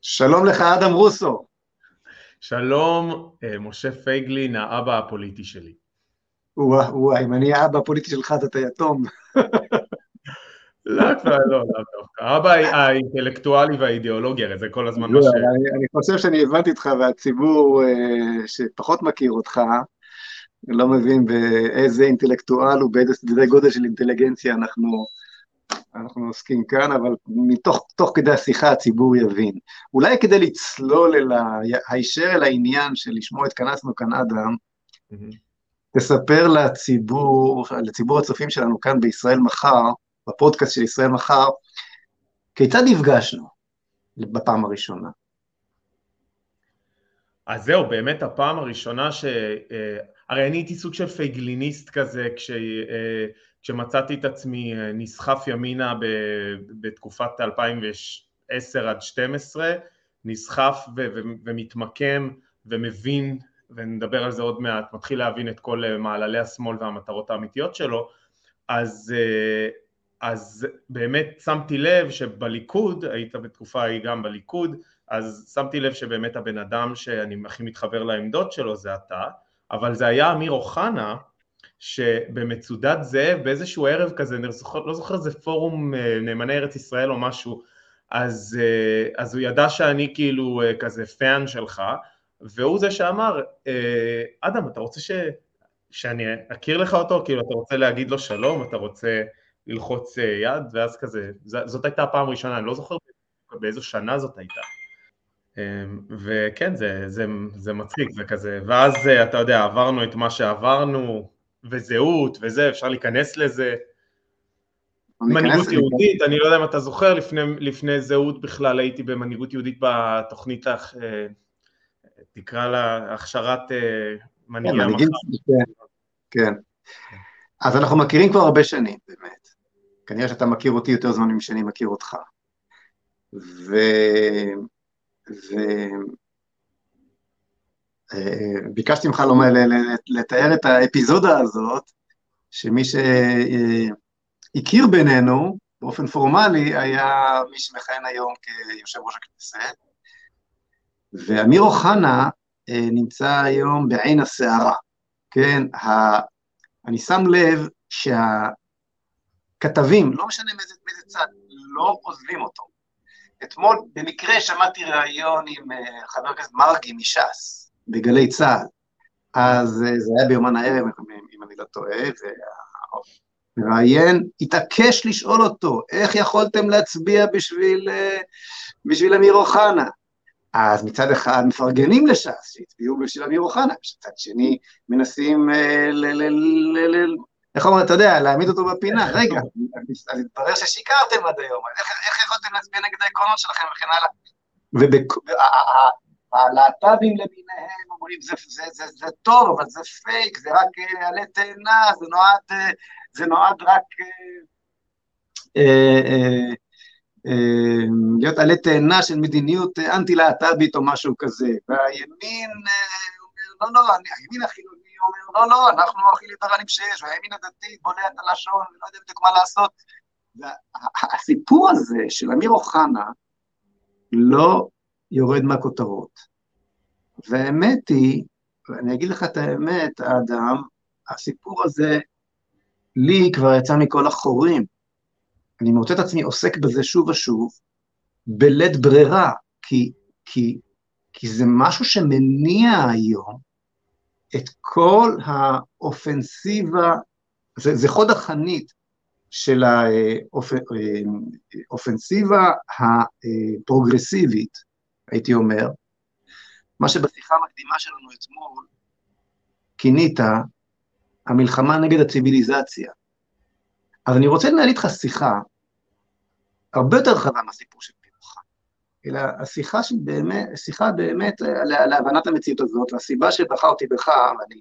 שלום לך, אדם רוסו. שלום, משה פייגלין, האבא הפוליטי שלי. וואי, אם אני האבא הפוליטי שלך, אז אתה יתום. לא, כבר לא דווקא. האבא האינטלקטואלי והאידיאולוגי, הרי זה כל הזמן מה ש... זהו, אני חושב שאני הבנתי אותך, והציבור שפחות מכיר אותך, לא מבין באיזה אינטלקטואל ובאיזה סדרי גודל של אינטליגנציה אנחנו עוסקים כאן, אבל תוך כדי השיחה הציבור יבין. אולי כדי לצלול הישר אל העניין שלשמו התכנסנו כאן, אדם, מהמם. תספר לציבור הצופים שלנו כאן בישראל מחר, בפודקאסט של ישראל מחר, כיצד נפגשנו בפעם הראשונה? אז זהו, באמת הפעם הראשונה הרי אני הייתי סוג של פייגליניסט כזה, כשמצאתי את עצמי נסחף ימינה בתקופת 2010 עד 12, נסחף ומתמקם ומבין, ונדבר על זה עוד מעט, מתחיל להבין את כל מעללי השמאל והמטרות האמיתיות שלו, אז באמת שמתי לב שבליכוד, היית בתקופה ההיא גם בליכוד, אז שמתי לב שבאמת הבן אדם שאני הכי מתחבר לעמדות שלו זה אתה, אבל זה היה אמיר אוחנה, שבמצודת זאב באיזשהו ערב כזה, לא זוכר איזה פורום נאמני ארץ ישראל או משהו, אז הוא ידע שאני כאילו כזה פן שלך, והוא זה שאמר, אדם, אתה רוצה שאני אכיר לך אותו? כאילו, אתה רוצה להגיד לו שלום? אתה רוצה ללחוץ יד? ואז כזה, זאת הייתה הפעם הראשונה, אני לא זוכר באיזו שנה זאת הייתה. וכן, זה מצחיק, זה כזה, ואז אתה יודע, עברנו את מה שעברנו, וזהות וזה, אפשר להיכנס לזה. ניכנס, מנהיגות יהודית, אני לא יודע אם אתה זוכר, לפני זהות בכלל הייתי במנהיגות יהודית בתוכנית, תקרא לה הכשרת כן, מנהיגי מנהיגים, המחר. כן, כן. אז אנחנו מכירים כבר הרבה שנים, באמת. כנראה שאתה מכיר אותי יותר זמן משאני מכיר אותך. ו... ביקשתי ממך לתאר את האפיזודה הזאת, שמי שהכיר בינינו, באופן פורמלי, היה מי שמכהן היום כיושב ראש הכנסת, ואמיר אוחנה נמצא היום בעין הסערה, כן? אני שם לב שהכתבים, לא משנה מאיזה צד, לא עוזבים אותו. אתמול במקרה שמעתי ראיון עם חבר הכנסת מרגי מש"ס, בגלי צה"ל, אז זה היה ביומן הערב, אם אני לא טועה, והמראיין התעקש לשאול אותו, איך יכולתם להצביע בשביל אמיר אוחנה? אז מצד אחד מפרגנים לש"ס, שהצביעו בשביל אמיר אוחנה, מצד שני מנסים, איך אומרים, אתה יודע, להעמיד אותו בפינה, רגע, אז התברר ששיקרתם עד היום, איך יכולתם להצביע נגד העקרונות שלכם וכן הלאה, והלהט"בים למיניהם אומרים, זה טוב, אבל זה פייק, זה רק עלי תאנה, זה נועד רק להיות עלי תאנה של מדיניות אנטי-להט"בית או משהו כזה, והימין אומר, לא, הימין החילוני אומר, לא, אנחנו הכי ליברלים שיש, והימין הדתי בולע את הלשון, ולא יודע בדיוק מה לעשות. והסיפור הזה של אמיר אוחנה לא יורד מהכותרות. והאמת היא, ואני אגיד לך את האמת, האדם, הסיפור הזה לי כבר יצא מכל החורים. אני מוצא את עצמי עוסק בזה שוב ושוב, בלית ברירה, כי זה משהו שמניע היום את כל האופנסיבה, זה חוד החנית של האופנסיבה הפרוגרסיבית, הייתי אומר, מה שבשיחה המקדימה שלנו אתמול, כינית המלחמה נגד הציביליזציה. אז אני רוצה לנהל איתך שיחה, הרבה יותר רחבה מהסיפור של פירוחם, אלא שיחה באמת להבנת המציאות הזאת, והסיבה שבחרתי בך, ואני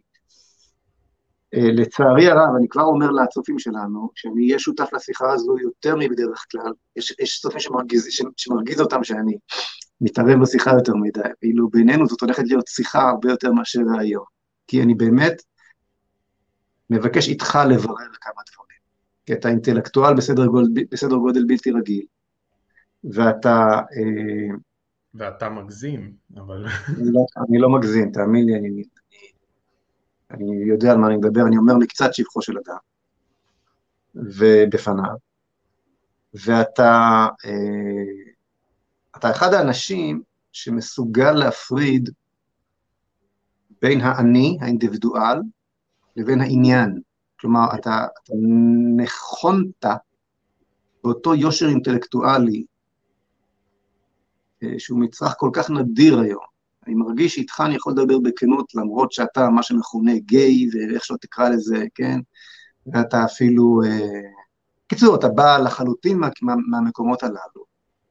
לצערי הרב, אני כבר אומר לצופים שלנו, שאני אהיה שותף לשיחה הזו יותר מבדרך כלל, יש צופים שמרגיז אותם שאני מתערב בשיחה יותר מדי, ואילו בינינו זאת הולכת להיות שיחה הרבה יותר מאשר היום, כי אני באמת מבקש איתך לברר כמה דברים, כי אתה אינטלקטואל בסדר גודל בלתי רגיל, ואתה ואתה מגזים, אבל... אני לא מגזים, תאמין לי, אני יודע על מה אני מדבר, אני אומר מקצת שבחו של אדם, ובפניו, ואתה אתה אחד האנשים שמסוגל להפריד בין האני, האינדיבידואל, לבין העניין. כלומר, אתה נכונת באותו יושר אינטלקטואלי, שהוא מצרך כל כך נדיר היום. אני מרגיש שאיתך אני יכול לדבר בכנות, למרות שאתה מה שמכונה גיי, ואיך שלא תקרא לזה, כן? ואתה אפילו, קיצור, אתה בא לחלוטין מהמקומות הללו.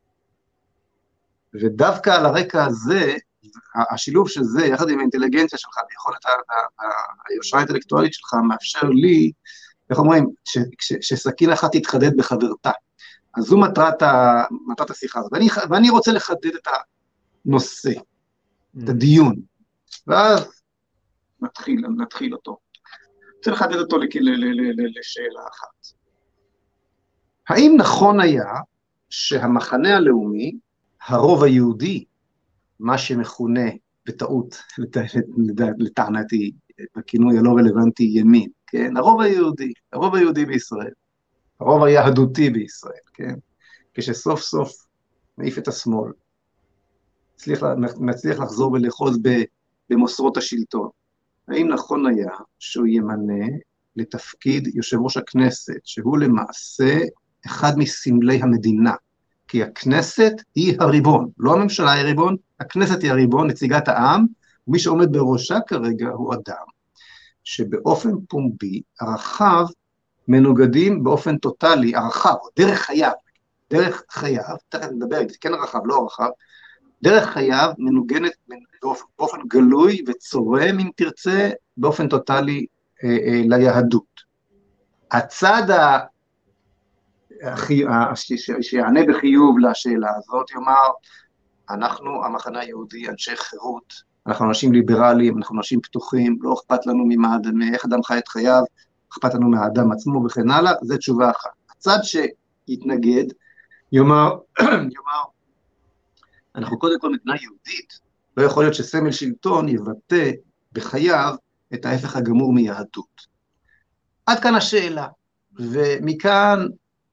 ודווקא על הרקע הזה, השילוב של זה, יחד עם האינטליגנציה שלך, ויכולת היושרה האינטלקטואלית שלך, מאפשר לי, איך אומרים, שסכין אחת תתחדד בחברתה. אז זו מטרת השיחה הזאת. ואני רוצה לחדד את הנושא, את הדיון, ואז נתחיל אותו. רוצה לחדד אותו לשאלה אחת. האם נכון היה שהמחנה הלאומי, הרוב היהודי, מה שמכונה בטעות, לטענתי, בכינוי הלא רלוונטי ימין, כן? הרוב היהודי בישראל, הרוב היהדותי בישראל, כן? כשסוף סוף מעיף את השמאל, מצליח לחזור ולאחוז במוסרות השלטון. האם נכון היה שהוא ימנה לתפקיד יושב ראש הכנסת, שהוא למעשה אחד מסמלי המדינה, כי הכנסת היא הריבון, לא הממשלה היא הריבון, הכנסת היא הריבון, נציגת העם, ומי שעומד בראשה כרגע הוא אדם, שבאופן פומבי, ערכיו מנוגדים באופן טוטלי, ערכיו, דרך חייו, תכף נדבר, כן ערכיו, לא ערכיו, דרך חייו מנוגנת באופן גלוי וצורם, אם תרצה, באופן טוטלי ליהדות. הצד שיענה בחיוב לשאלה הזאת, יאמר, אנחנו, המחנה היהודי, אנשי חירות, אנחנו אנשים ליברליים, אנחנו אנשים פתוחים, לא אכפת לנו מאיך אדם חי את חייו, אכפת לנו מהאדם עצמו וכן הלאה, זו תשובה אחת. הצד שיתנגד, יאמר, אנחנו קודם כל מדינה יהודית, לא יכול להיות שסמל שלטון יבטא בחייו את ההפך הגמור מיהדות. עד כאן השאלה, ומכאן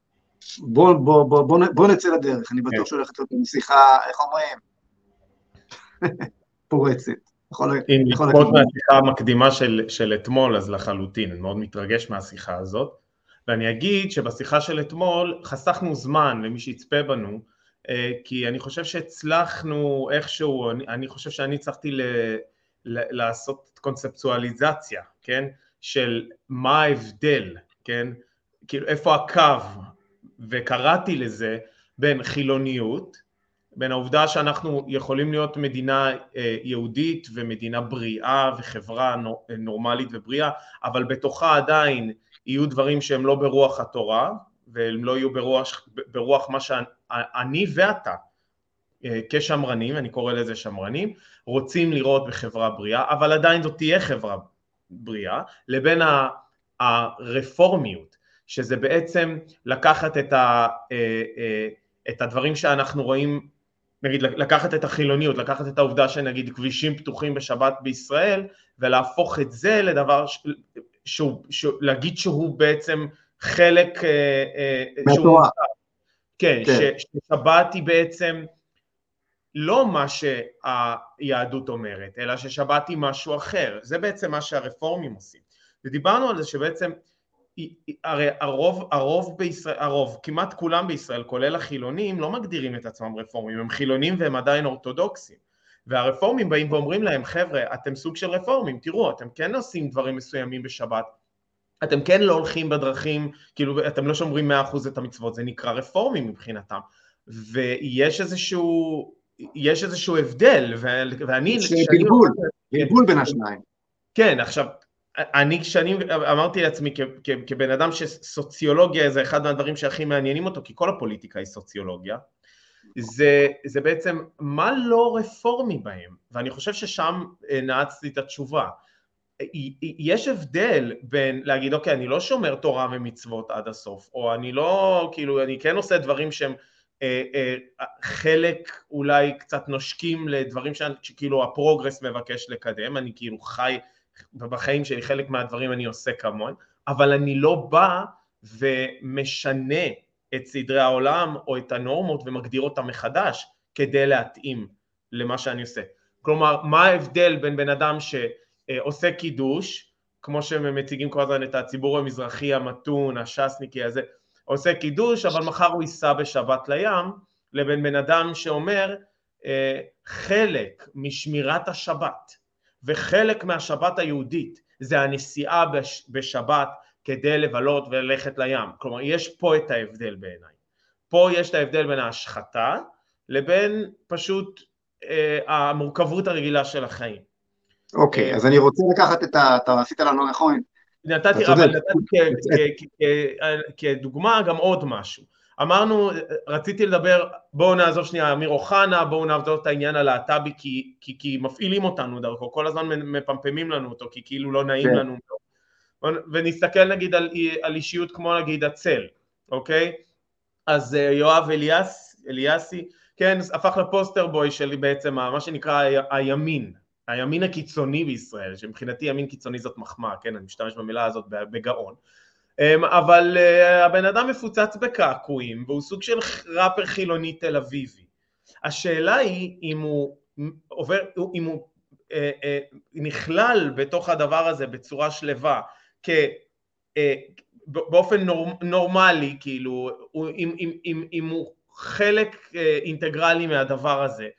בוא נצא לדרך, אני בטוח שהולכת להיות שיחה, איך אומרים? פורצת. אם לקפוץ מהשיחה המקדימה של אתמול, אז לחלוטין, אני מאוד מתרגש מהשיחה הזאת, ואני אגיד שבשיחה של אתמול חסכנו זמן למי שיצפה בנו, כי אני חושב שהצלחנו איכשהו, אני חושב שאני צריכתי לעשות קונספטואליזציה, כן? של מה ההבדל, כן? כאילו איפה הקו, וקראתי לזה בין חילוניות, בין העובדה שאנחנו יכולים להיות מדינה יהודית ומדינה בריאה וחברה נורמלית ובריאה, אבל בתוכה עדיין יהיו דברים שהם לא ברוח התורה, והם לא יהיו ברוח מה שאני ואתה, כשמרנים, אני קורא לזה שמרנים, רוצים לראות בחברה בריאה, אבל עדיין זאת תהיה חברה בריאה, לבין הרפורמיות, שזה בעצם לקחת את הדברים שאנחנו רואים, נגיד לקחת את החילוניות, לקחת את העובדה שנגיד כבישים פתוחים בשבת בישראל, ולהפוך את זה לדבר, להגיד שהוא בעצם חלק, מהתורה. כן, ששבת היא בעצם לא מה שהיהדות אומרת, אלא ששבת היא משהו אחר, זה בעצם מה שהרפורמים עושים. ודיברנו על זה שבעצם, הרי הרוב בישראל, כמעט כולם בישראל, כולל החילונים, לא מגדירים את עצמם רפורמים, הם חילונים והם עדיין אורתודוקסים. והרפורמים באים ואומרים להם, חבר'ה, אתם סוג של רפורמים, תראו, אתם כן עושים דברים מסוימים בשבת, אתם כן לא הולכים בדרכים, כאילו אתם לא שומרים 100% את המצוות, זה נקרא רפורמים מבחינתם. ויש איזשהו הבדל, ואני... יש בלבול בין השניים. כן, עכשיו, כשאני אמרתי לעצמי כבן אדם שסוציולוגיה זה אחד מהדברים שהכי מעניינים אותו, כי כל הפוליטיקה היא סוציולוגיה, זה בעצם מה לא רפורמי בהם, ואני חושב ששם נעצתי את התשובה. יש הבדל בין להגיד, אוקיי, אני לא שומר תורה ומצוות עד הסוף, או אני לא, כאילו, אני כן עושה דברים שהם חלק אולי קצת נושקים לדברים שכאילו הפרוגרס מבקש לקדם, אני כאילו חי בחיים שלי, חלק מהדברים אני עושה כמוהם, אבל אני לא בא ומשנה את סדרי העולם או את הנורמות ומגדיר אותם מחדש כדי להתאים למה שאני עושה. כלומר, מה ההבדל בין בן אדם שעושה קידוש, כמו שמציגים כל הזמן את הציבור המזרחי המתון, השסניקי הזה, עושה קידוש, אבל מחר הוא ייסע בשבת לים, לבין בן אדם שאומר, חלק משמירת השבת, וחלק מהשבת היהודית, זה הנסיעה בשבת, כדי לבלות וללכת לים. כלומר, יש פה את ההבדל בעיניי. פה יש את ההבדל בין ההשחתה, לבין פשוט המורכבות הרגילה של החיים. אוקיי, אז אני רוצה לקחת אתה עשית לנו נכון. נתתי כדוגמה גם עוד משהו. אמרנו, רציתי לדבר, בואו נעזוב שנייה אמיר אוחנה, בואו נעזוב את העניין הלהט"בי, כי מפעילים אותנו דרכו, כל הזמן מפמפמים לנו אותו, כי כאילו לא נעים לנו. ונסתכל נגיד על אישיות כמו נגיד הצל, אוקיי? אז יואב אליאסי, כן, הפך לפוסטר בוי שלי בעצם, מה שנקרא הימין הקיצוני בישראל, שמבחינתי ימין קיצוני זאת מחמאה, כן, אני משתמש במילה הזאת בגאון, אבל הבן אדם מפוצץ בקעקועים, והוא סוג של ראפר חילוני תל אביבי. השאלה היא אם הוא נכלל בתוך הדבר הזה בצורה שלווה, באופן נורמלי, כאילו, אם הוא חלק אינטגרלי מהדבר הזה,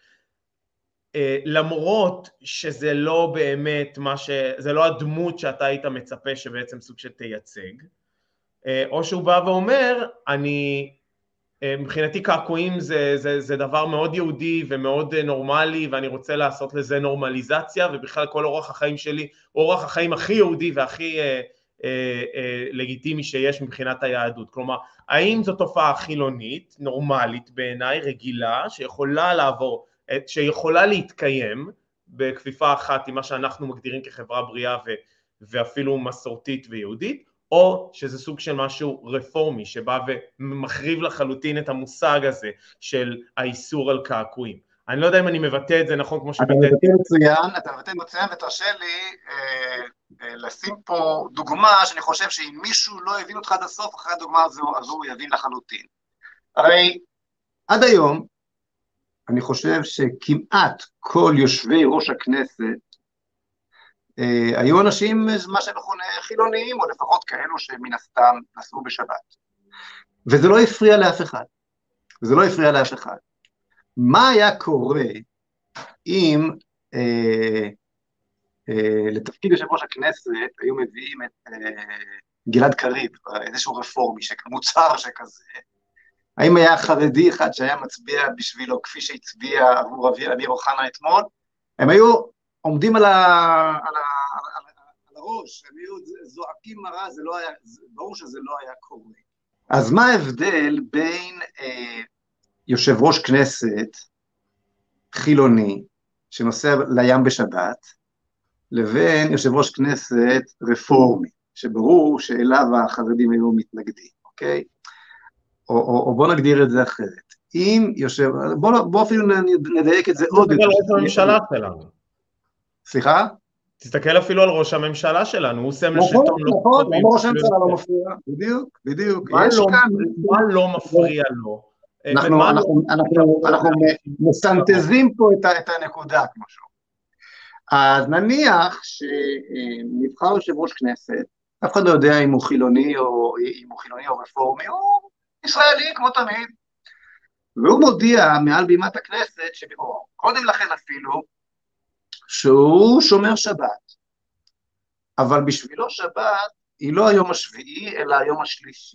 למרות שזה לא באמת זה לא הדמות שאתה היית מצפה שבעצם סוג שתייצג, או שהוא בא ואומר, מבחינתי קעקועים זה דבר מאוד יהודי ומאוד נורמלי, ואני רוצה לעשות לזה נורמליזציה, ובכלל כל אורח החיים שלי, אורח החיים הכי יהודי והכי לגיטימי שיש מבחינת היהדות. כלומר, האם זו תופעה חילונית, נורמלית בעיניי, רגילה, שיכולה לעבור, שיכולה להתקיים בכפיפה אחת עם מה שאנחנו מגדירים כחברה בריאה ואפילו מסורתית ויהודית, או שזה סוג של משהו רפורמי שבא ומחריב לחלוטין את המושג הזה של האיסור על קעקועים. אני לא יודע אם אני מבטא את זה נכון כמו שביטאתי. אתה מבטא מצוין, ותרשה לי לשים פה דוגמה שאני חושב שאם מישהו לא הבין אותך עד הסוף, אחרי הדוגמה הזו הוא יבין לחלוטין. הרי עד היום אני חושב שכמעט כל יושבי ראש הכנסת היו אנשים מה שמכונה חילוניים, או לפחות כאלו שמן הסתם נסעו בשבת. וזה לא הפריע לאף אחד. זה לא הפריע לאף אחד. מה היה קורה אם לתפקיד יושב ראש הכנסת היו מביאים את גלעד קריב, איזשהו רפורמי, מוצר שכזה, האם היה חרדי אחד שהיה מצביע בשבילו, כפי שהצביע עבור אמיר אוחנה אתמול, הם היו עומדים על הראש, הם היו זועקים מרה, ברור שזה לא היה קורה. אז מה ההבדל בין יושב ראש כנסת חילוני, שנוסע לים בשבת, לבין יושב ראש כנסת רפורמי, שברור שאליו החרדים היו מתנגדים, אוקיי? או בוא נגדיר את זה אחרת. אם יושב, בוא אפילו נדייק את זה עוד יותר. תסתכל על ראש הממשלה שלנו. סליחה? תסתכל אפילו על ראש הממשלה שלנו, הוא סמל שלטון. נכון, למה ראש הממשלה לא מפריע? בדיוק. מה לא מפריע לו? אנחנו מסנטזים פה את הנקודה, כמו שהוא. אז נניח שנבחר יושב ראש כנסת, אף אחד לא יודע אם הוא חילוני או רפורמי, או ישראלי כמו תמיד, והוא מודיע מעל בימת הכנסת, קודם לכן אפילו, שהוא שומר שבת, אבל בשבילו שבת היא לא היום השביעי, אלא היום השלישי.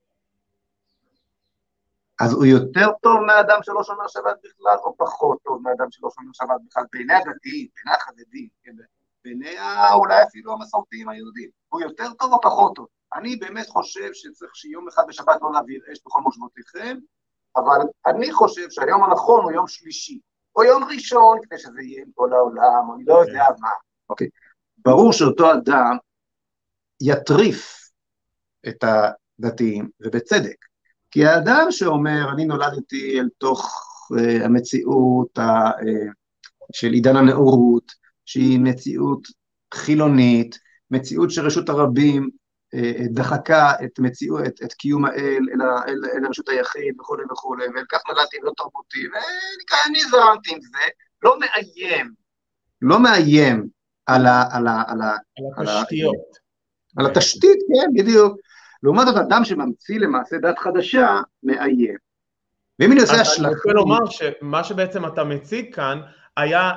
אז הוא יותר טוב מהאדם שלא שומר שבת בכלל, או פחות טוב מהאדם שלא שומר שבת בכלל, בעיני הדתיים, בעיני החרדים, בעיני אולי אפילו המסורתיים היהודים, הוא יותר טוב או פחות טוב. אני באמת חושב שצריך שיום אחד בשבת לא להעביר אש בכל מושבותיכם, אבל אני חושב שהיום הנכון הוא יום שלישי, או יום ראשון, כדי שזה יהיה עם כל העולם, או אני לא יודע מה. אוקיי. ברור שאותו אדם יטריף את הדתיים, ובצדק. כי האדם שאומר, אני נולדתי אל תוך המציאות של עידן הנאורות, שהיא מציאות חילונית, מציאות שרשות הרבים דחקה את קיום האל אל רשות היחיד וכו' וכו', וכך נולדתי לא תרבותי, ואני זרמתי עם זה, לא מאיים על התשתיות. על התשתית, כן, בדיוק. לעומת זאת, אדם שממציא למעשה דת חדשה, מאיים. ואם אני עושה השלכה... אני רוצה לומר שמה שבעצם אתה מציג כאן, היה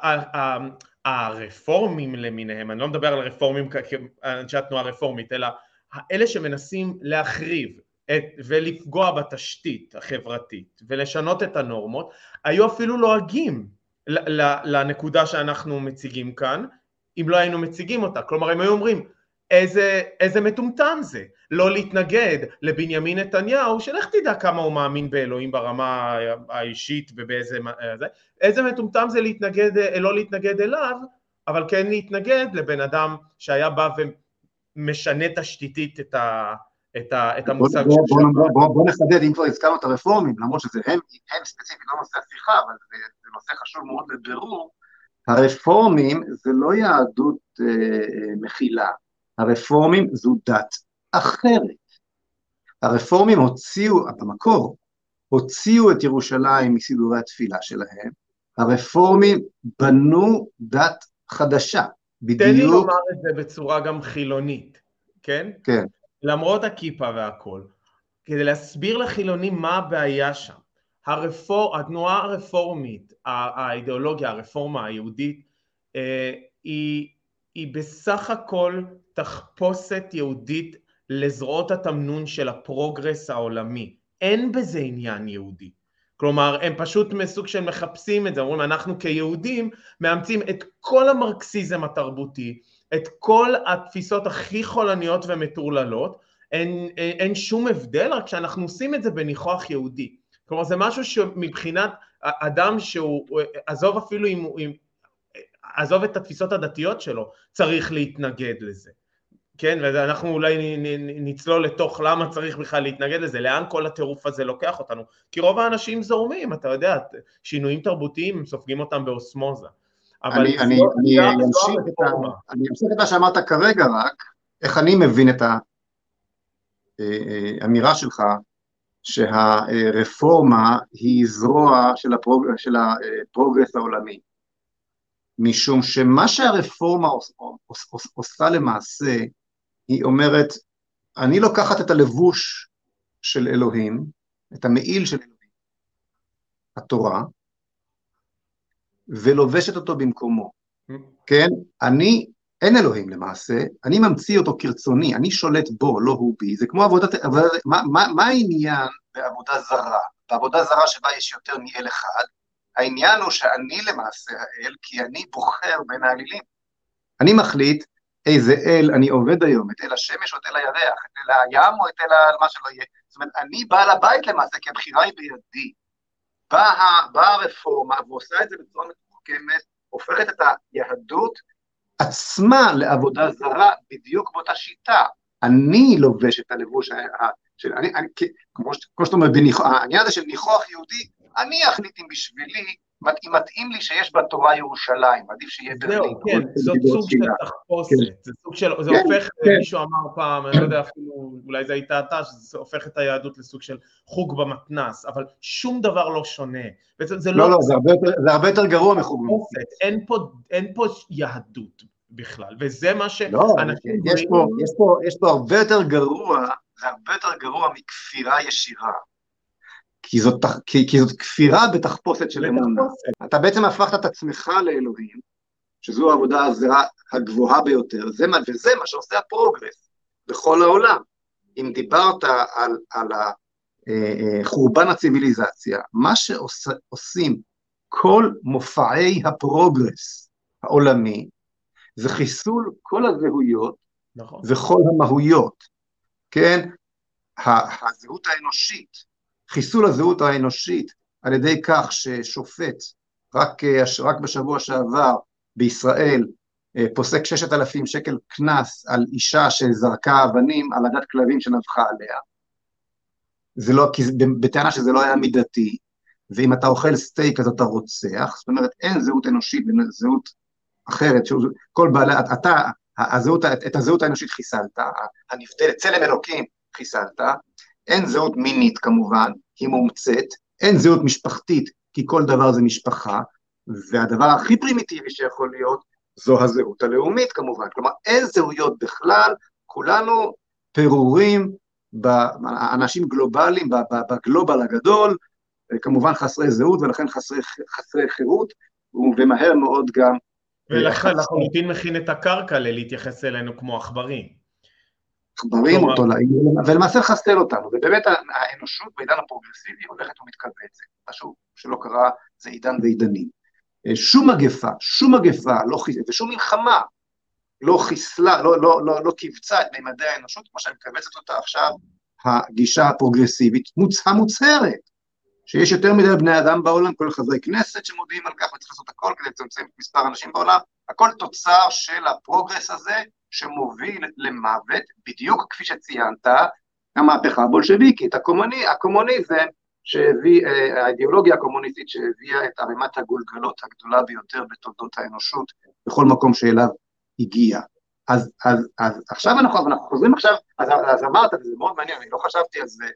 הרפורמים למיניהם, אני לא מדבר על הרפורמים כאנשי התנועה הרפורמית, אלא אלה שמנסים להחריב ולפגוע בתשתית החברתית ולשנות את הנורמות, היו אפילו לועגים לנקודה שאנחנו מציגים כאן, אם לא היינו מציגים אותה. כלומר, הם היו אומרים, איזה מטומטם זה, לא להתנגד לבנימין נתניהו, שלך תדע כמה הוא מאמין באלוהים ברמה האישית ובאיזה, איזה מטומטם זה לא להתנגד אליו, אבל כן להתנגד לבן אדם שהיה בא ומשנה תשתיתית את המושג של שבת. בוא נחדד, אם כבר הזכרנו את הרפורמים, למרות שזה הם ספציפית לא נושא השיחה, אבל זה נושא חשוב מאוד לבירור, הרפורמים זה לא יהדות מכילה, הרפורמים זו דת אחרת. הרפורמים במקור, הוציאו את ירושלים מסידורי התפילה שלהם, הרפורמים בנו דת חדשה. בדיוק... תן לי לומר את זה בצורה גם חילונית, כן? כן. למרות הכיפה והכל, כדי להסביר לחילונים מה הבעיה שם. התנועה הרפורמית, האידיאולוגיה, הרפורמה היהודית, היא בסך הכל תחפושת יהודית לזרועות התמנון של הפרוגרס העולמי. אין בזה עניין יהודי. כלומר, הם פשוט מסוג של מחפשים את זה, אומרים, אנחנו כיהודים מאמצים את כל המרקסיזם התרבותי, את כל התפיסות הכי חולניות ומטורללות, אין שום הבדל, רק שאנחנו עושים את זה בניחוח יהודי. כלומר, זה משהו שמבחינת אדם שהוא, עזוב את התפיסות הדתיות שלו, צריך להתנגד לזה. כן, ואנחנו אולי נצלול לתוך למה צריך בכלל להתנגד לזה, לאן כל הטירוף הזה לוקח אותנו, כי רוב האנשים זורמים, אתה יודע, שינויים תרבותיים, הם סופגים אותם באוסמוזה. אני אמשיך את מה שאמרת כרגע רק, איך אני מבין את האמירה שלך, שהרפורמה היא זרוע של הפרוגרס העולמי. משום שמה שהרפורמה עושה למעשה, היא אומרת, אני לוקחת את הלבוש של אלוהים, את המעיל של אלוהים, התורה, ולובשת אותו במקומו. כן? אין אלוהים למעשה, אני ממציא אותו כרצוני, אני שולט בו, לא הוא בי. זה כמו מה העניין בעבודה זרה? בעבודה זרה שבה יש יותר מאל אחד, העניין הוא שאני למעשה האל, כי אני בוחר בין האלילים. אני מחליט איזה אל אני עובד היום, את אל השמש או את אל הירח, את אל הים או את אל מה שלא יהיה. זאת אומרת, אני בעל הבית למעשה, כי הבחירה היא בידי. באה הרפורמה ועושה את זה בצורה מתוחכמת, הופכת את היהדות עצמה לעבודה זרה, בדיוק באותה שיטה. אני לובש את הלבוש, כמו שאתה אומר, העניין הזה של ניחוח יהודי, אני אחליט אם בשבילי, אם מתאים לי שיש בתורה ירושלים, עדיף שיהיה ברלין. כן, זאת סוג של תחפושת, זה הופך, מישהו אמר פעם, אני לא יודע אפילו, אולי זה הייתה אתה, שזה הופך את היהדות לסוג של חוג במתנס, אבל שום דבר לא שונה. לא, זה הרבה יותר גרוע מחוג במתנס. אין פה יהדות בכלל, וזה מה שאנשים... לא, יש פה הרבה יותר גרוע, זה הרבה יותר גרוע מכפירה ישירה. כי זאת כפירה בתחפושת של אמונה. אתה בעצם הפכת את עצמך לאלוהים, שזו העבודה הזרה הגבוהה ביותר, וזה מה שעושה הפרוגרס בכל העולם. אם דיברת על חורבן הציביליזציה, מה שעושים כל מופעי הפרוגרס העולמי, זה חיסול כל הזהויות וכל המהויות, כן? הזהות האנושית, חיסול הזהות האנושית, על ידי כך ששופט, רק בשבוע שעבר בישראל, פוסק 6,000 שקל קנס על אישה שזרקה אבנים על עדת כלבים שנבחה עליה. זה לא, בטענה שזה לא היה מידתי, ואם אתה אוכל סטייק אז אתה רוצח, זאת אומרת, אין זהות אנושית, זהות אחרת, כל בעלי, אתה, את הזהות האנושית חיסלת, הנבדלת, צלם אלוקים חיסלת, אין זהות מינית כמובן, היא מומצאת, אין זהות משפחתית, כי כל דבר זה משפחה, והדבר הכי פרימיטיבי שיכול להיות, זו הזהות הלאומית כמובן, כלומר אין זהויות בכלל, כולנו פירורים, אנשים גלובליים, בגלובל הגדול, כמובן חסרי זהות ולכן חסרי חירות, ומהר מאוד גם ולכן לחלוטין מכין את הקרקע להתייחס אלינו כמו עכברים. עכברים אותו, ולמעשה חסר אותנו, ובאמת האנושות בעידן הפרוגרסיבי הולכת ומתכווצת, משהו שלא קרה זה עידן ועידנים. שום מגפה ושום מלחמה לא חיסלה, לא קיבצה את מימדי האנושות, כמו שמכווצת אותה עכשיו הגישה הפרוגרסיבית המוצהרת, שיש יותר מדי בני אדם בעולם, כל חברי כנסת שמודיעים על כך, וצריך לעשות הכל כדי לצמצם את מספר האנשים בעולם, הכל תוצר של הפרוגרס הזה, שמוביל למוות, בדיוק כפי שציינת, המהפכה הבולשביקית, הקומוניזם, האידיאולוגיה הקומוניסטית שהביאה את ערימת הגולגלות הגדולה ביותר בתולדות האנושות, בכל מקום שאליו הגיע. אז עכשיו אנחנו חוזרים עכשיו, אז אמרת, וזה מאוד מעניין, אני לא חשבתי על זה,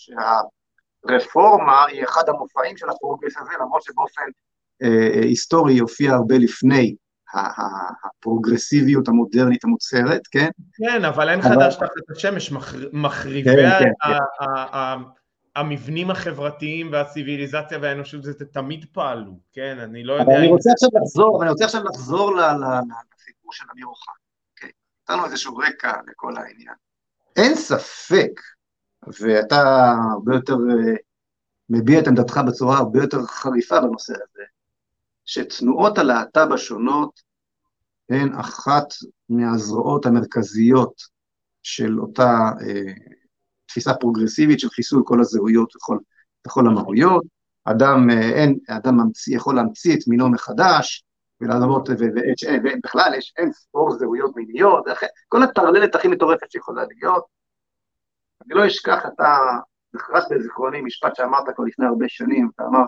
רפורמה היא אחד המופעים של הפרוגרס הזה, למרות שבאופן היסטורי הופיע הרבה לפני הפרוגרסיביות המודרנית המוצהרת, כן? כן, אבל אין חדש תחת השמש, מחריבי המבנים החברתיים והציביליזציה והאנושות, זה תמיד פעלו, כן? אני לא יודע... אני רוצה עכשיו לחזור לסיפור של אמיר אוחנה, אוקיי? נתנו איזשהו רקע לכל העניין. אין ספק, ואתה הרבה יותר מביע את עמדתך בצורה הרבה יותר חריפה בנושא הזה, שתנועות הלהט"ב השונות הן אחת מהזרועות המרכזיות של אותה תפיסה פרוגרסיבית של חיסול כל הזהויות וכל המהויות. אדם יכול להמציא את מינו מחדש, ובכלל יש אין ספור זהויות מיניות, כל הטרללת הכי מטורפת שיכולה להיות. אני לא אשכח, אתה נחרש בזיכרוני משפט שאמרת כבר לפני הרבה שנים, אתה אמרת,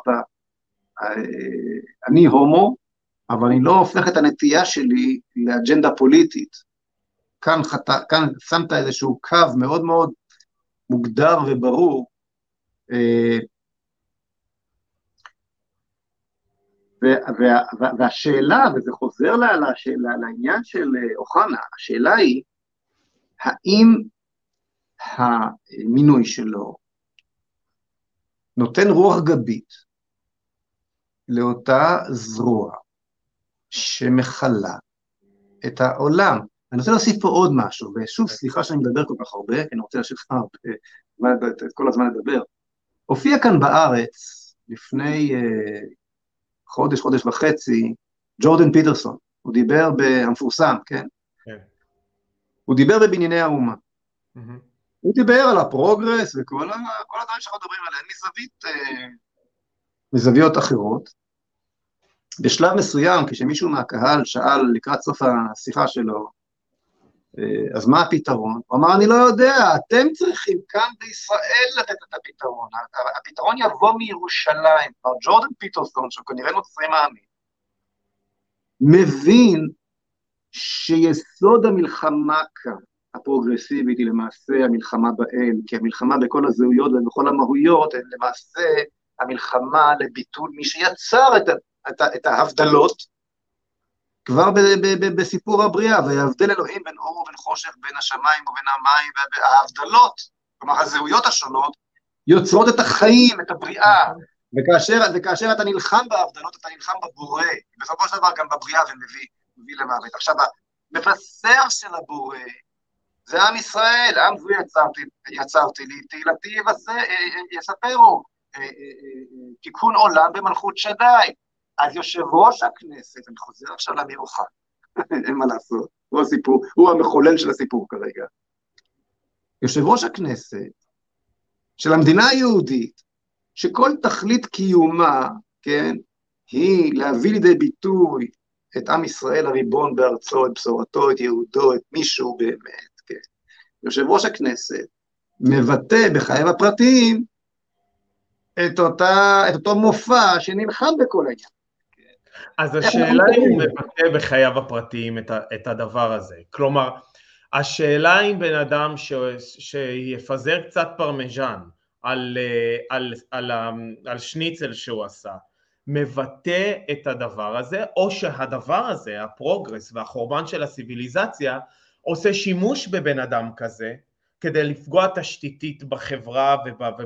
אני הומו, אבל אני לא הופך את הנטייה שלי לאג'נדה פוליטית. כאן שמת איזשהו קו מאוד מאוד מוגדר וברור, והשאלה, וזה חוזר לעניין של אוחנה, השאלה היא, האם המינוי שלו נותן רוח גבית לאותה זרוע שמחלה את העולם. אני רוצה להוסיף פה עוד משהו, ושוב סליחה שאני מדבר כל כך הרבה, כי אני רוצה להשאיר כל הזמן לדבר. הופיע כאן בארץ לפני חודש וחצי, ג'ורדן פיטרסון, הוא דיבר המפורסם, כן? הוא דיבר בבנייני האומה. הוא דיבר על הפרוגרס וכל הדברים שאנחנו מדברים עליהם מזוויות אחרות. בשלב מסוים, כשמישהו מהקהל שאל לקראת סוף השיחה שלו, אז מה הפתרון? הוא אמר, אני לא יודע, אתם צריכים כאן בישראל לתת את הפתרון. הפתרון יבוא מירושלים. ג'ורדן פיטרסון, שכנראה נוצרי מאמין, מבין שיסוד המלחמה כאן, הפרוגרסיבית, היא למעשה המלחמה באל, כי המלחמה בכל הזהויות ובכל המהויות, הן למעשה המלחמה לביטול מי שיצר את ההבדלות, כבר בסיפור הבריאה, ויבדל אלוהים בין אור ובין חושך, בין השמיים ובין המים, וההבדלות, כלומר הזהויות השונות, יוצרות את החיים, את הבריאה, וכאשר אתה נלחם בהבדלות, אתה נלחם בבורא, בסופו של דבר גם בבריאה ומביא למוות. עכשיו, המבשר של הבורא, זה עם ישראל, עם זו יצרתי לי, תהילתי יספרו, תיקון עולם במלכות שדי. אז יושב ראש הכנסת, אני חוזר עכשיו לאמיר אוחנה, אין מה לעשות, הוא המחולל של הסיפור כרגע. יושב ראש הכנסת של המדינה היהודית, שכל תכלית קיומה, כן, היא להביא לידי ביטוי את עם ישראל הריבון בארצו, את בשורתו, את יהודו, את מישהו באמת, כן. יושב ראש הכנסת מבטא בחייו הפרטיים את אותו מופע שנלחם בכל העניין. אז איך אנחנו השאלה אם הוא קוראים? מבטא בחייו הפרטיים את הדבר הזה. כלומר, השאלה אם בן אדם שיפזר קצת פרמיז'ן על שניצל שהוא עשה, מבטא את הדבר הזה, או שהדבר הזה, הפרוגרס והחורבן של הציביליזציה, עושה שימוש בבן אדם כזה, כדי לפגוע תשתיתית בחברה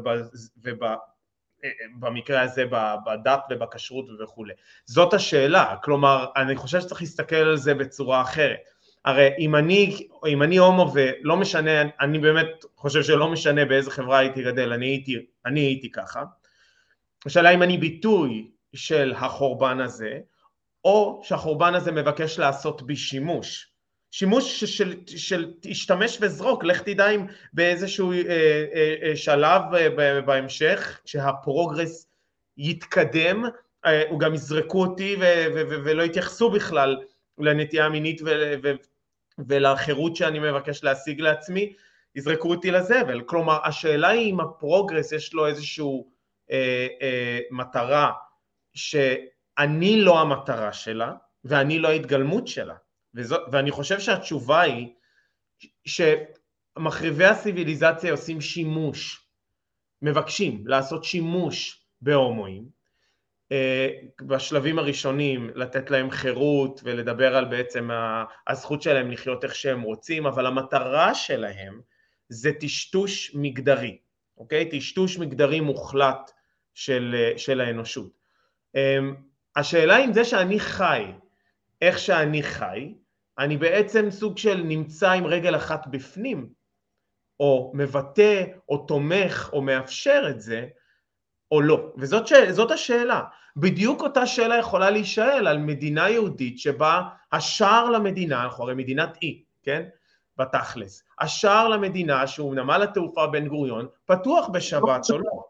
במקרה הזה בדת ובכשרות וכו'. זאת השאלה, כלומר אני חושב שצריך להסתכל על זה בצורה אחרת. הרי אם אני הומו ולא משנה, אני באמת חושב שלא משנה באיזה חברה הייתי גדל, אני הייתי ככה. השאלה אם אני ביטוי של החורבן הזה, או שהחורבן הזה מבקש לעשות בי שימוש של תשתמש וזרוק, לך תדע אם באיזשהו שלב בהמשך שהפרוגרס יתקדם, הוא גם יזרקו אותי ולא יתייחסו בכלל לנטייה המינית ולחירות שאני מבקש להשיג לעצמי, יזרקו אותי לזבל. כלומר השאלה היא אם הפרוגרס יש לו איזשהו מטרה שאני לא המטרה שלה ואני לא ההתגלמות שלה, ואני חושב שהתשובה היא שמחריבי הציביליזציה עושים שימוש, מבקשים לעשות שימוש בהומואים, בשלבים הראשונים לתת להם חירות ולדבר על בעצם הזכות שלהם לחיות איך שהם רוצים, אבל המטרה שלהם זה טשטוש מגדרי, אוקיי? טשטוש מגדרי מוחלט של האנושות. השאלה אם זה שאני חי איך שאני חי, אני בעצם סוג של נמצא עם רגל אחת בפנים, או מבטא, או תומך, או מאפשר את זה, או לא. וזאת השאלה. בדיוק אותה שאלה יכולה להישאל על מדינה יהודית, שבה השער למדינה, אנחנו הרי מדינת אי, כן? בתכלס. השער למדינה, שהוא נמל התעופה בן גוריון, פתוח בשבת או לא.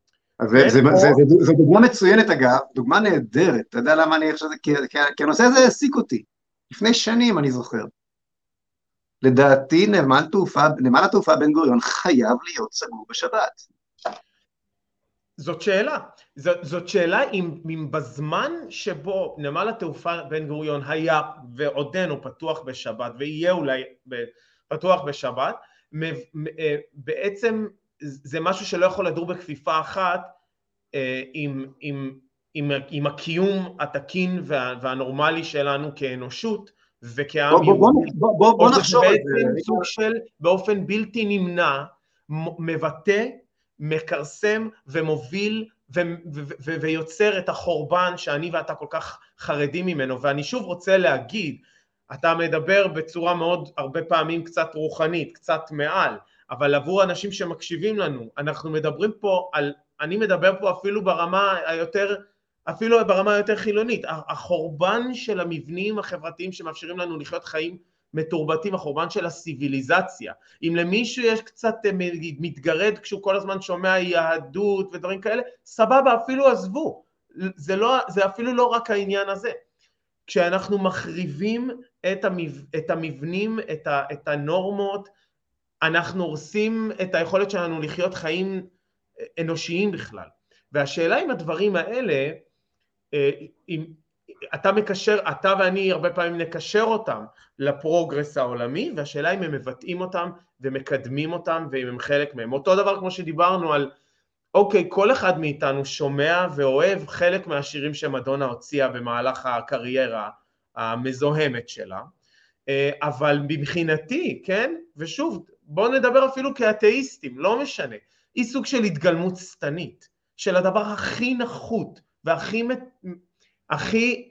זו דוגמה מצוינת אגב, דוגמה נהדרת, אתה יודע למה אני חושב, כי הנושא הזה העסיק אותי, לפני שנים אני זוכר. לדעתי נמל התעופה בן גוריון חייב להיות סגור בשבת. זאת שאלה אם בזמן שבו נמל התעופה בן גוריון היה ועודנו פתוח בשבת, ויהיה אולי פתוח בשבת, בעצם זה משהו שלא יכול לדור בכפיפה אחת עם הקיום התקין והנורמלי שלנו כאנושות וכעם יהודי. בוא נחשוב על זה. בעצם סוג של באופן בלתי נמנע מבטא, מקרסם ומוביל ויוצר את החורבן שאני ואתה כל כך חרדים ממנו. ואני שוב רוצה להגיד, אתה מדבר בצורה מאוד הרבה פעמים קצת רוחנית, קצת מעל, אבל עבור אנשים שמקשיבים לנו, אנחנו מדברים פה על, אני מדבר פה אפילו ברמה היותר חילונית, החורבן של המבנים החברתיים שמאפשרים לנו לחיות חיים מתורבתים, החורבן של הציביליזציה. אם למישהו יש קצת מתגרד כשהוא כל הזמן שומע יהדות ודברים כאלה, סבבה, אפילו עזבו, זה אפילו לא רק העניין הזה. כשאנחנו מחריבים את המבנים, את הנורמות, אנחנו הורסים את היכולת שלנו לחיות חיים אנושיים בכלל. והשאלה אם הדברים האלה, אם אתה ואני הרבה פעמים נקשר אותם לפרוגרס העולמי, והשאלה אם הם מבטאים אותם ומקדמים אותם ואם הם חלק מהם. אותו דבר כמו שדיברנו על, אוקיי, כל אחד מאיתנו שומע ואוהב חלק מהשירים שמדונה הוציאה במהלך הקריירה המזוהמת שלה, אבל מבחינתי, כן, ושוב, בואו נדבר אפילו כאתאיסטים, לא משנה, היא סוג של התגלמות סתנית, של הדבר הכי נחות והכי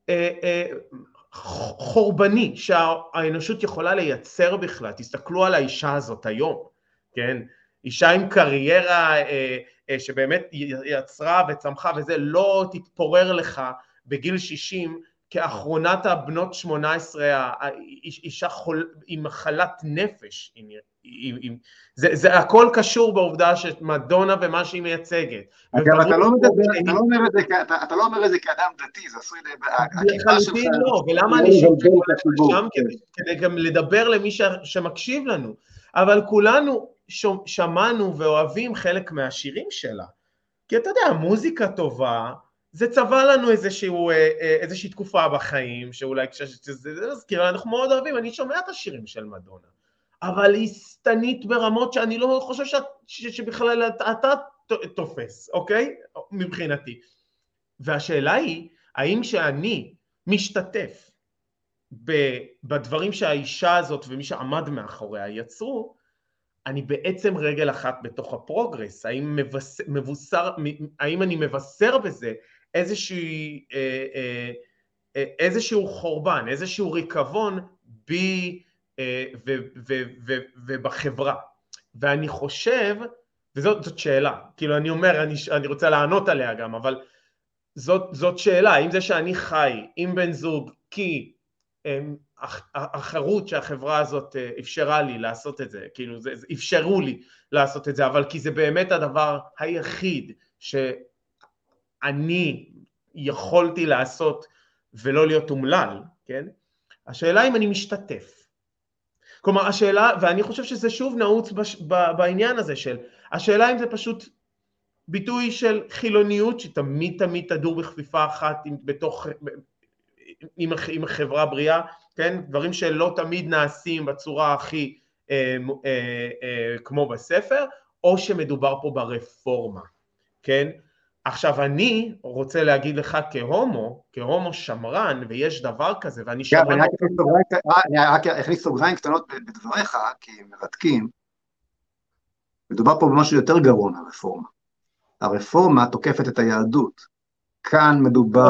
חורבני שהאנושות יכולה לייצר בכלל. תסתכלו על האישה הזאת היום, כן? אישה עם קריירה שבאמת יצרה וצמחה וזה, לא תתפורר לך בגיל 60 כאחרונת הבנות 18, אישה עם מחלת נפש. זה הכל קשור בעובדה שמדונה ומה שהיא מייצגת. אגב, אתה לא אומר את זה כאדם דתי, זה עשוי הכיפה שלך. לא, ולמה אני שוב שם כדי גם לדבר למי שמקשיב לנו, אבל כולנו, שמענו ואוהבים חלק מהשירים שלה. כי אתה יודע, מוזיקה טובה, זה צבע לנו איזושהי תקופה בחיים, שאולי כשזה מזכיר, אנחנו מאוד אוהבים, אני שומע את השירים של מדונה, אבל היא סתנית ברמות שאני לא חושב שבכלל אתה תופס, אוקיי? מבחינתי. והשאלה היא, האם שאני משתתף בדברים שהאישה הזאת ומי שעמד מאחוריה יצרו, אני בעצם רגל אחת בתוך הפרוגרס, האם אני מבשר בזה איזשהו חורבן, איזשהו ריקבון בי ובחברה. ואני חושב, וזאת שאלה, כאילו אני אומר, אני רוצה לענות עליה גם, אבל זאת שאלה, האם זה שאני חי עם בן זוג כי החירות שהחברה הזאת אפשרה לי לעשות את זה, כאילו אפשרו לי לעשות את זה, אבל כי זה באמת הדבר היחיד שאני יכולתי לעשות ולא להיות אומלל, כן? השאלה אם אני משתתף. כלומר, השאלה, ואני חושב שזה שוב נעוץ בעניין הזה של, השאלה אם זה פשוט ביטוי של חילוניות שתמיד תדור בכפיפה אחת עם החברה בריאה, כן? דברים שלא תמיד נעשים בצורה הכי כמו בספר, או שמדובר פה ברפורמה, כן? עכשיו אני רוצה להגיד לך כהומו שמרן, ויש דבר כזה, ואני שמרן... אני רק אכניס סוגריים קטנות בדבריך, כי הם מרתקים. מדובר פה במשהו יותר גרוע מהרפורמה. הרפורמה תוקפת את היהדות. כאן מדובר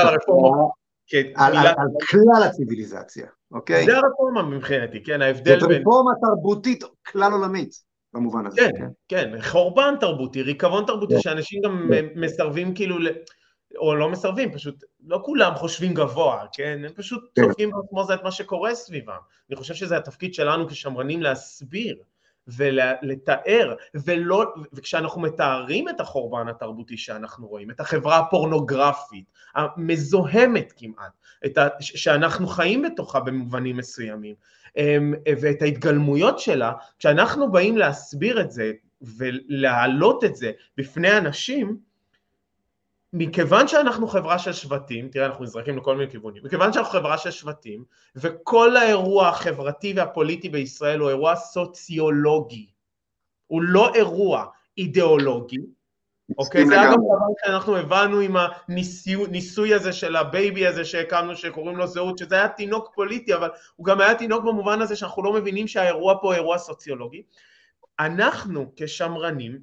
על כלל הציביליזציה, אוקיי? זה הרפורמה מבחינתי, כן, ההבדל בין... זאת רפורמה תרבותית כלל עולמית, במובן הזה. כן, חורבן תרבותי, ריקבון תרבותי, שאנשים גם מסרבים כאילו, או לא מסרבים, פשוט לא כולם חושבים גבוה, כן? הם פשוט צופים כמו זה את מה שקורה סביבם. אני חושב שזה התפקיד שלנו כשמרנים להסביר ולתאר, וכשאנחנו מתארים את החורבן התרבותי שאנחנו רואים, את החברה הפורנוגרפית, המזוהמת כמעט, שאנחנו חיים בתוכה במובנים מסוימים, ואת ההתגלמויות שלה, כשאנחנו באים להסביר את זה ולהעלות את זה בפני אנשים, מכיוון שאנחנו חברה של שבטים, תראה אנחנו נזרקים לכל מיני כיוונים, מכיוון שאנחנו חברה של שבטים, וכל האירוע החברתי והפוליטי בישראל הוא אירוע סוציולוגי, הוא לא אירוע אידיאולוגי, אוקיי? זה אגב דבר שאנחנו הבנו עם הניסוי הזה של הבייבי הזה שהקמנו שקוראים לו זהות, שזה היה תינוק פוליטי, אבל הוא גם היה תינוק במובן הזה שאנחנו לא מבינים שהאירוע פה הוא אירוע סוציולוגי. אנחנו כשמרנים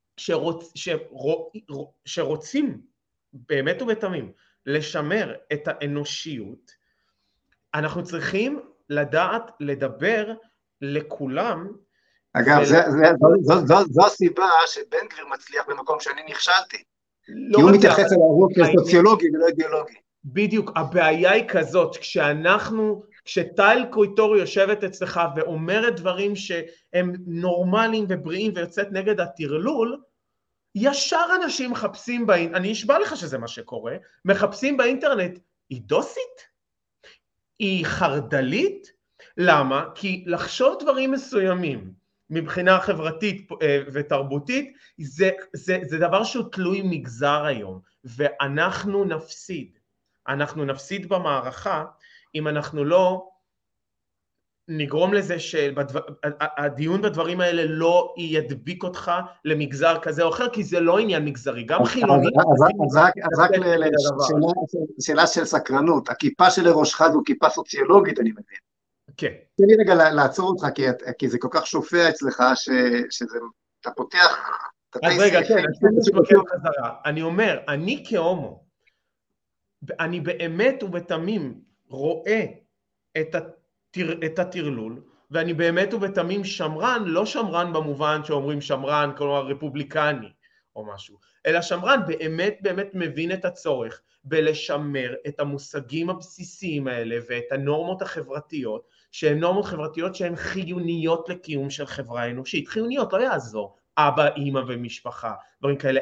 שרוצים באמת ובתמים לשמר את האנושיות, אנחנו צריכים לדעת לדבר לכולם. אגב, זו הסיבה שבן גביר מצליח במקום שאני נכשלתי. כי הוא מתייחס אל האירוע כסוציולוגי ולא אידיאולוגי. בדיוק, הבעיה היא כזאת, כשטייל קויטורי יושבת אצלך ואומרת דברים שהם נורמליים ובריאים ויוצאת נגד הטרלול, ישר אנשים מחפשים אני אשבע לך שזה מה שקורה, מחפשים באינטרנט, היא דוסית? היא חרדלית? למה? כי לחשוב דברים מסוימים מבחינה חברתית ותרבותית, זה דבר שהוא תלוי מגזר היום, ואנחנו נפסיד במערכה, אם אנחנו לא נגרום לזה שהדיון בדברים האלה לא ידביק אותך למגזר כזה או אחר, כי זה לא עניין מגזרי, גם חילוני. אז רק שאלה של סקרנות, הכיפה שלראשך זו כיפה סוציולוגית, אני מבין. כן. תן לי רגע לעצור אותך, כי זה כל כך שופע אצלך, שאתה פותח... אז רגע, כן, אני אומר, אני כהומו, אני באמת ובתמים רואה את הטרלול, ואני באמת ובתמים שמרן, לא שמרן במובן שאומרים שמרן, כלומר רפובליקני או משהו, אלא שמרן באמת מבין את הצורך בלשמר את המושגים הבסיסיים האלה ואת הנורמות החברתיות, שהן נורמות חברתיות שהן חיוניות לקיום של חברה אנושית, חיוניות, לא יעזור, אבא, אמא ומשפחה, דברים כאלה,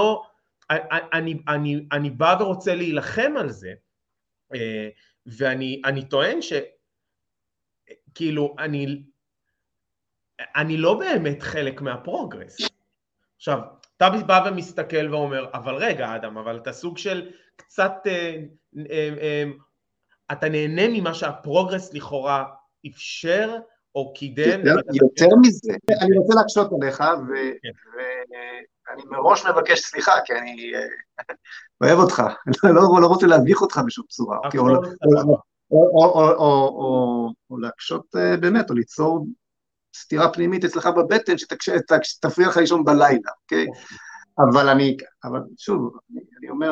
אני בא ורוצה להילחם על זה, ואני טוען כאילו אני לא באמת חלק מהפרוגרס. עכשיו, אתה בא ומסתכל ואומר, אבל רגע אדם, אבל אתה סוג של קצת, אתה נהנה ממה שהפרוגרס לכאורה אפשר או קידם. יותר מזה, אני רוצה להקשות עליך, ואני מראש מבקש סליחה, כי אני אוהב אותך, לא רוצה להביך אותך בשום צורה, או להקשות באמת, או ליצור סתירה פנימית אצלך בבטן, שתפריע לך לישון בלילה, אוקיי? אבל שוב, אני אומר,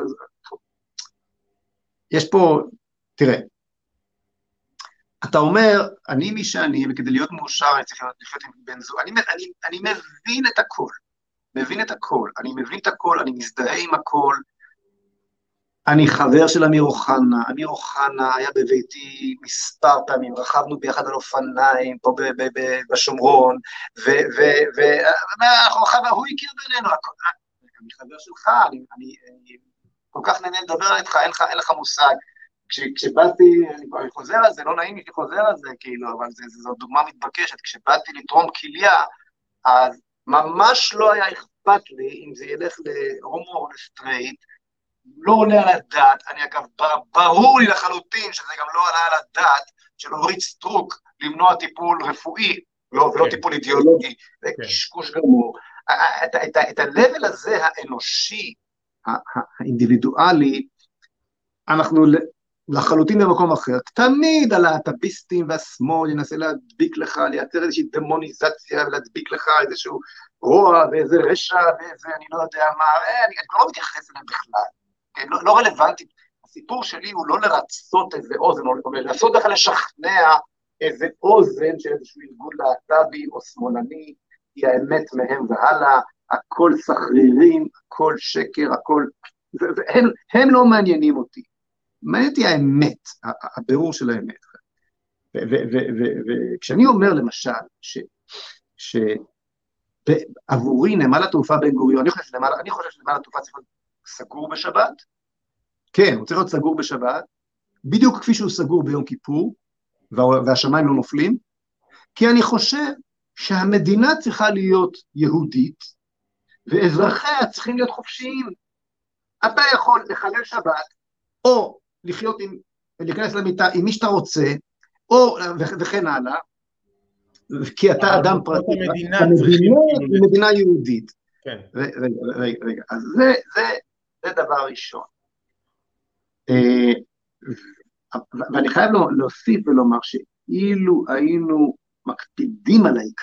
יש פה, תראה, אתה אומר, אני מי שאני, וכדי להיות מאושר, אני צריך לחיות עם בן זוג, אני מבין את הכל, אני מבין את הכל, אני מזדהה עם הכל, אני חבר של אמיר אוחנה, אמיר אוחנה היה בביתי מספר פעמים, רכבנו ביחד על אופניים, פה בשומרון, והוא הכיר בינינו, אני חבר שלך, אני כל כך נהנה לדבר איתך, אין לך מושג, כשבאתי, אני חוזר על זה, לא נעים לי שחוזר על זה, כאילו, אבל זו דוגמה מתבקשת, כשבאתי לתרום כליה, אז ממש לא היה אכפת לי אם זה ילך להומו או לסטרייט, לא עולה על הדעת, אני אגב, ברור לי לחלוטין שזה גם לא עלה על הדעת של אורית סטרוק למנוע טיפול רפואי, ולא טיפול אידיאולוגי, זה קשקוש גמור. את הלבל הזה האנושי, האינדיבידואלי, אנחנו לחלוטין במקום אחר. תמיד הלהט"ביסטים והשמאל ינסה להדביק לך, לייצר איזושהי דמוניזציה ולהדביק לך איזשהו רוע ואיזה רשע ואיזה אני לא יודע מה, אני לא מתייחס אליהם בכלל. לא רלוונטי, הסיפור שלי הוא לא לרצות איזה אוזן, או לנסות לך לשכנע איזה אוזן של איזשהו ארגון להט"בי או שמאלני, היא האמת מהם והלאה, הכל סחרירים, הכל שקר, הכל, הם לא מעניינים אותי, מעניין אותי האמת, הבירור של האמת, וכשאני אומר למשל, שעבורי נמל התעופה בן גוריון, אני חושב שנמל התעופה צריך להיות סגור בשבת, כן, הוא צריך להיות סגור בשבת, בדיוק כפי שהוא סגור ביום כיפור, והשמיים לא נופלים, כי אני חושב שהמדינה צריכה להיות יהודית, ואזרחיה צריכים להיות חופשיים. אתה יכול לחלל שבת, או להיכנס למיטה עם מי שאתה רוצה, או וכן הלאה, כי אתה אדם פרטי, המדינה היא מדינה יהודית. רגע, אז זה דבר ראשון. ואני חייב להוסיף ולומר שאילו היינו מקפידים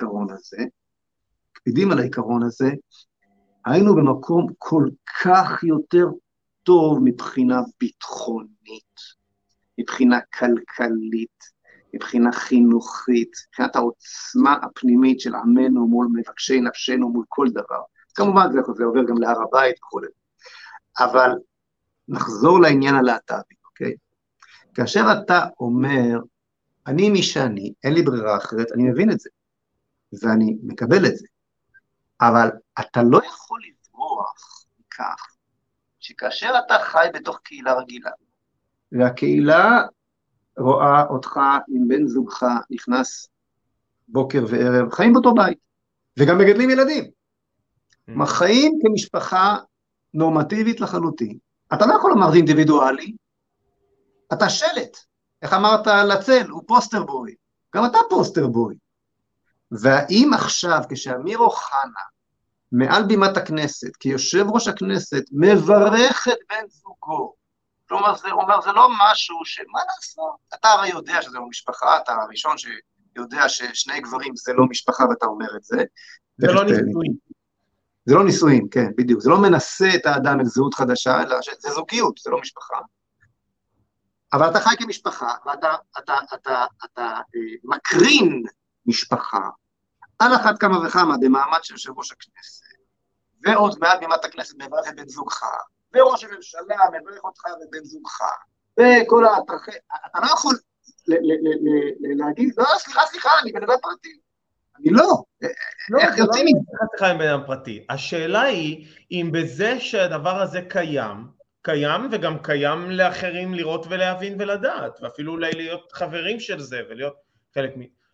על העיקרון הזה, היינו במקום כל כך יותר טוב מבחינה ביטחונית, מבחינה כלכלית, מבחינה חינוכית, מבחינת העוצמה הפנימית של עמנו מול מבקשי נפשנו, מול כל דבר. כמובן זה עובר גם להר הבית וכו'. אבל נחזור לעניין הלהט"בי, אוקיי? כאשר אתה אומר, אני מי שאני, אין לי ברירה אחרת, אני מבין את זה, ואני מקבל את זה. אבל אתה לא יכול לברוח מכך, שכאשר אתה חי בתוך קהילה רגילה, והקהילה רואה אותך עם בן זוגך, נכנס בוקר וערב, חיים באותו בית, וגם מגדלים ילדים. חיים כמשפחה נורמטיבית לחלוטין. אתה לא יכול לומר זה אינדיבידואלי, אתה שלט. איך אמרת לצל, הוא פוסטר בוי. גם אתה פוסטר בוי. והאם עכשיו, כשאמיר אוחנה, מעל בימת הכנסת, כיושב ראש הכנסת, מברך את בן זוגו, כלומר, זה לא משהו שמה לעשות? אתה הרי יודע שזה לא משפחה, אתה הראשון שיודע ששני גברים זה לא משפחה, ואתה אומר את זה. זה לא נישואים. זה לא נישואים, כן, בדיוק. זה לא מנסה את האדם את זהות חדשה, אלא זה זוגיות, זה לא משפחה. אבל אתה חי כמשפחה, ואתה מקרין משפחה, על אחת כמה וכמה במעמד של יושב ראש הכנסת, ועוד מעט בימת הכנסת מברך את בן זוגך, וראש הממשלה מברך אותך ובן זוגך, וכל ההתרחי, אתה לא יכול להגיד, לא, סליחה, אני בן אדם פרטי. אני לא. איך יוצאים מזה? השאלה היא, אם בזה שהדבר הזה קיים וגם קיים לאחרים לראות ולהבין ולדעת, ואפילו אולי להיות חברים של זה ולהיות חלק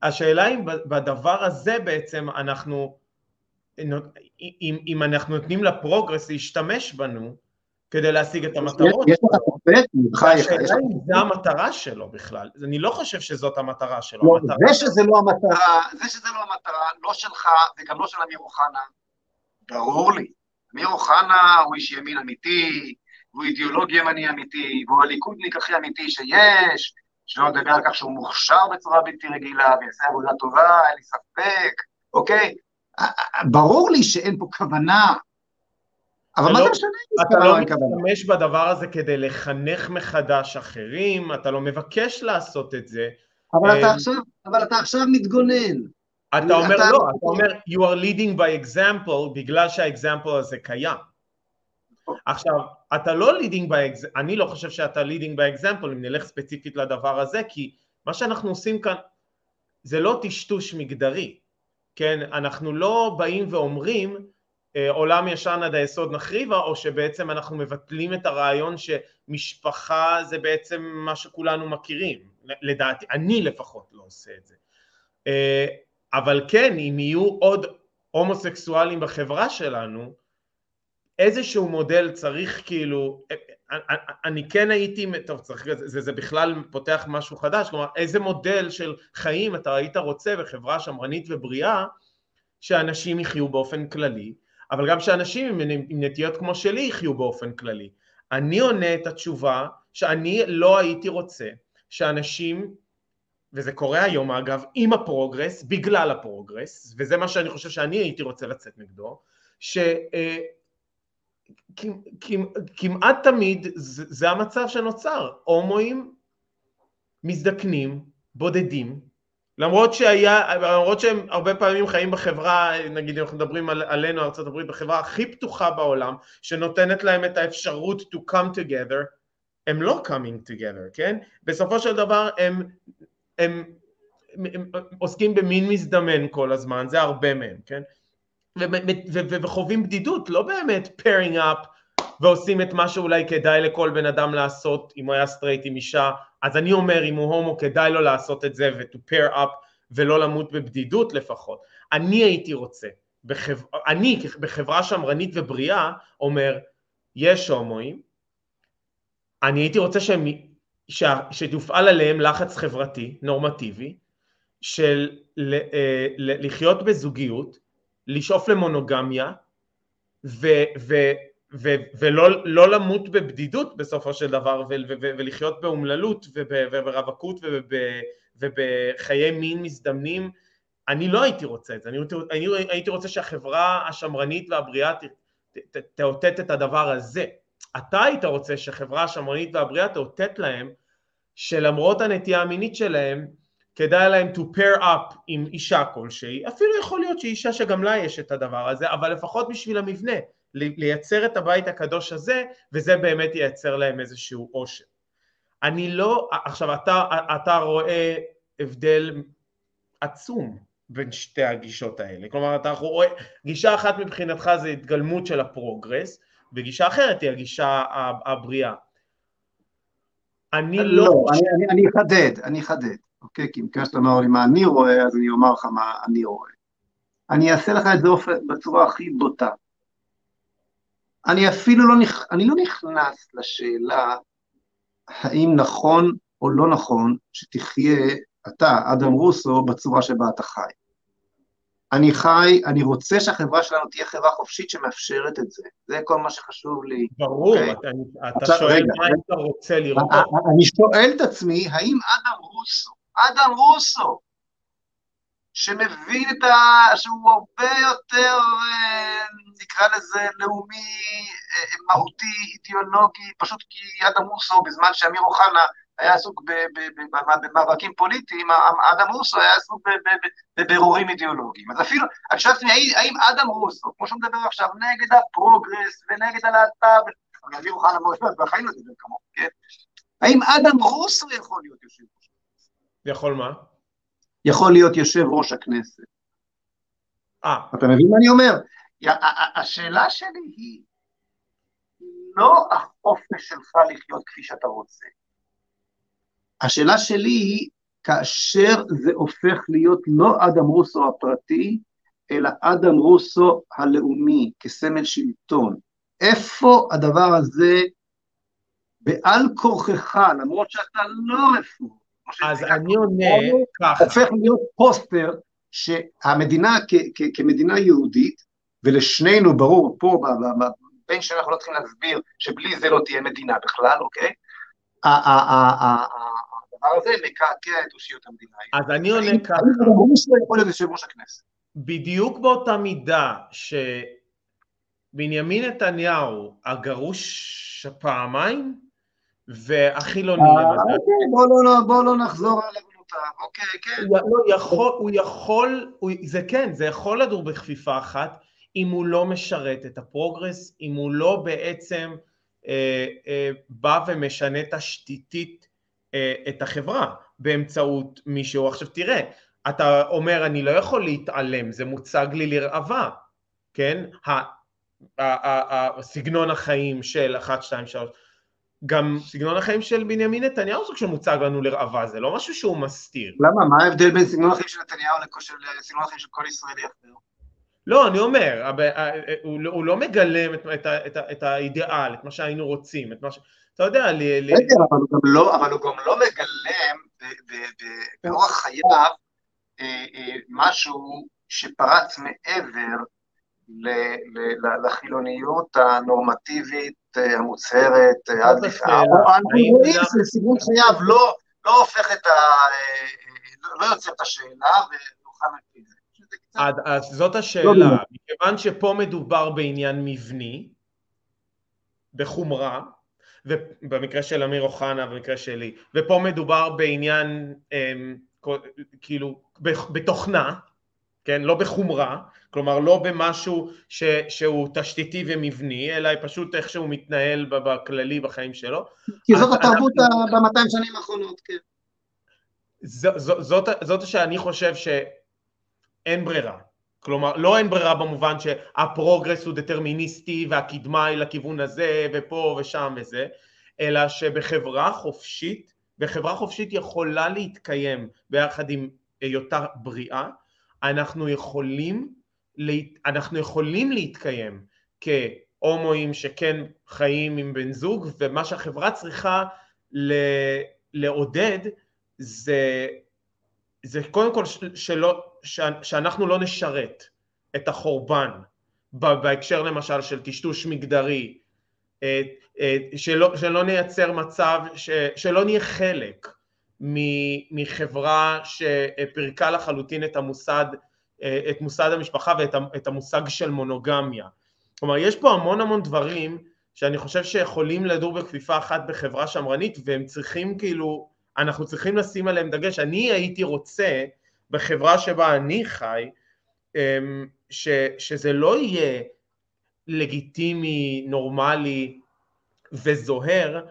השאלה אם בדבר הזה בעצם אנחנו, אם אנחנו נותנים לפרוגרס להשתמש בנו, כדי להשיג את המטרות יש לך שלו. ספק? והשאלה אם זה המטרה שלו בכלל. אני לא חושב שזאת המטרה שלו. זה שזה לא המטרה, לא שלך וגם לא של אמיר אוחנה, ברור לי. אמיר אוחנה הוא איש ימין אמיתי, הוא אידיאולוג ימני אמיתי, והוא הליכודניק הכי אמיתי שיש, שלא לדבר על כך שהוא מוכשר בצורה בלתי רגילה, ויעשה עבודה טובה, אין לי ספק, אוקיי? ברור לי שאין פה כוונה, אבל מה זה משנה? אתה לא משתמש בדבר הזה כדי לחנך מחדש אחרים, אתה לא מבקש לעשות את זה. אבל אתה עכשיו מתגונן. אתה אומר לא, אתה אומר you are leading by example, בגלל שהאקזמפל הזה קיים. עכשיו, אתה לא leading by example, אני לא חושב שאתה leading by example, אם נלך ספציפית לדבר הזה, כי מה שאנחנו עושים כאן, זה לא טשטוש מגדרי, כן? אנחנו לא באים ואומרים, עולם ישן עד היסוד נחריבה, או שבעצם אנחנו מבטלים את הרעיון שמשפחה זה בעצם מה שכולנו מכירים, לדעתי, אני לפחות לא עושה את זה. אבל כן, אם יהיו עוד הומוסקסואלים בחברה שלנו, איזשהו מודל צריך כאילו, אני כן הייתי, טוב, צריך, זה בכלל פותח משהו חדש, כלומר, איזה מודל של חיים אתה היית רוצה בחברה שמרנית ובריאה, שאנשים יחיו באופן כללי, אבל גם שאנשים עם נטיות כמו שלי יחיו באופן כללי. אני עונה את התשובה שאני לא הייתי רוצה שאנשים, וזה קורה היום אגב, עם הפרוגרס, בגלל הפרוגרס, וזה מה שאני חושב שאני הייתי רוצה לצאת נגדו, כמעט תמיד זה המצב שנוצר, הומואים מזדקנים, בודדים, למרות שהם הרבה פעמים חיים בחברה, נגיד אנחנו מדברים עלינו, ארצות הברית, בחברה הכי פתוחה בעולם, שנותנת להם את האפשרות to come together, הם לא coming together, כן? בסופו של דבר הם עוסקים במין מזדמן כל הזמן, זה הרבה מהם, כן? וחווים בדידות, לא באמת pairing up, ועושים את מה שאולי כדאי לכל בן אדם לעשות, אם הוא היה סטרייט עם אישה, אז אני אומר, אם הוא הומו, כדאי לו לעשות את זה, ו-to pair up, ולא למות בבדידות לפחות. אני הייתי רוצה, אני בחברה שמרנית ובריאה, אומר, יש הומואים, אני הייתי רוצה שתופעל עליהם לחץ חברתי, נורמטיבי, של לחיות בזוגיות, לשאוף למונוגמיה, ולא למות בבדידות בסופו של דבר, ולחיות באומללות וברווקות ובחיי מין מזדמנים. אני לא הייתי רוצה את זה, אני הייתי רוצה שהחברה השמרנית והבריאה תאותת את הדבר הזה. אתה היית רוצה שהחברה השמרנית והבריאה תאותת להם, שלמרות הנטייה המינית שלהם, כדאי להם to pair up עם אישה כלשהי, אפילו יכול להיות שאישה שגם לה יש את הדבר הזה, אבל לפחות בשביל המבנה, לייצר את הבית הקדוש הזה, וזה באמת ייצר להם איזשהו עושר. אני לא, עכשיו אתה רואה הבדל עצום בין שתי הגישות האלה, כלומר אתה רואה, גישה אחת מבחינתך זה התגלמות של הפרוגרס, וגישה אחרת היא הגישה הבריאה. אני אחדד, אוקיי, כי אם כנסת לומר לי מה אני רואה, אז אני אומר לך מה אני רואה. אני אעשה לך את זה בצורה הכי בוטה. אני אפילו לא נכנס לשאלה האם נכון או לא נכון שתחיה אתה, אדם רוסו, בצורה שבה אתה חי. אני רוצה שהחברה שלנו תהיה חברה חופשית שמאפשרת את זה. זה כל מה שחשוב לי. ברור, אתה שואל מה אתה רוצה לראות. אני שואל את עצמי, האם אדם רוסו, שמבין שהוא הרבה יותר, נקרא לזה, לאומי, מהותי, אידיאולוגי, פשוט כי אדם רוסו, בזמן שאמיר אוחנה היה עסוק במאבקים פוליטיים, אדם רוסו היה עסוק בבירורים אידיאולוגיים. אז אפילו, אני חושב לעצמי, האם אדם רוסו, כמו שהוא מדבר עכשיו, נגד הפרוגרס ונגד הלהט"ב, אבל אמיר אוחנה מאוד בחיים לזה כמוהו, כן? האם אדם רוסו יכול להיות יושב ראש? יכול מה? יכול להיות יושב ראש הכנסת. אתה מבין מה אני אומר? השאלה שלי היא לא החופש שלך לחיות כפי שאתה רוצה. השאלה שלי היא, כאשר זה הופך להיות לא אדם רוסו הפרטי, אלא אדם רוסו הלאומי, כסמל שלטון. איפה הדבר הזה בעל כורכך, למרות שאתה לא רפורמי, אז אני עונה ככה. הופך להיות פוסטר שהמדינה כמדינה יהודית, ולשנינו ברור פה, בין שאנחנו לא צריכים להסביר שבלי זה לא תהיה מדינה בכלל, אוקיי? הדבר הזה מקעקע את אושיות המדינה. אז אני עונה ככה. יכול להיות יושב ראש הכנסת. בדיוק באותה מידה שבנימין נתניהו הגרוש פעמיים, והחילוני למדע. בוא לא נחזור על הגנותיו, אוקיי, כן. זה יכול לדור בכפיפה אחת, אם הוא לא משרת את הפרוגרס, אם הוא לא בעצם בא ומשנה תשתיתית את החברה, באמצעות מישהו. עכשיו תראה, אתה אומר אני לא יכול להתעלם, זה מוצג לי לרעבה, כן? סגנון החיים של 1, 2, 3, גם סגנון החיים של בנימין נתניהו סוג שמוצג לנו לרעבה, זה לא משהו שהוא מסתיר. למה? מה ההבדל בין סגנון החיים של נתניהו לסגנון החיים של כל ישראלי אחר? לא, אני אומר, הוא לא מגלם את האידיאל, את מה שהיינו רוצים, את מה ש... אתה יודע, אבל הוא גם לא מגלם באורח חייו משהו שפרץ מעבר לחילוניות הנורמטיבית המוצהרת עד לפעמים. אנחנו רואים שסגנון חייו לא הופך לא יוצר את השאלה ונוכל להגיד זה. אז זאת השאלה, מכיוון שפה מדובר בעניין מבני, בחומרה, ובמקרה של אמיר אוחנה, במקרה שלי, ופה מדובר בעניין, כאילו, בתוכנה, כן, לא בחומרה, כלומר לא במשהו שהוא תשתיתי ומבני, אלא פשוט איך שהוא מתנהל בכללי בחיים שלו. כי זאת התרבות ב-200 שנים האחרונות, כן. זאת שאני חושב שאין ברירה. כלומר, לא אין ברירה במובן שהפרוגרס הוא דטרמיניסטי והקדמה היא לכיוון הזה ופה ושם וזה, אלא שבחברה חופשית, וחברה חופשית יכולה להתקיים ביחד עם היותה בריאה, אנחנו יכולים להתקיים כהומואים שכן חיים עם בן זוג, ומה שהחברה צריכה לעודד זה קודם כל שאנחנו לא נשרת את החורבן, בהקשר למשל של טשטוש מגדרי, שלא נייצר מצב, שלא נהיה חלק מחברה שפרקה לחלוטין את מוסד המשפחה ואת המושג של מונוגמיה. כלומר, יש פה המון דברים שאני חושב שיכולים לדור בכפיפה אחת בחברה שמרנית, והם צריכים כאילו, אנחנו צריכים לשים עליהם דגש. אני הייתי רוצה בחברה שבה אני חי, שזה לא יהיה לגיטימי, נורמלי וזוהר,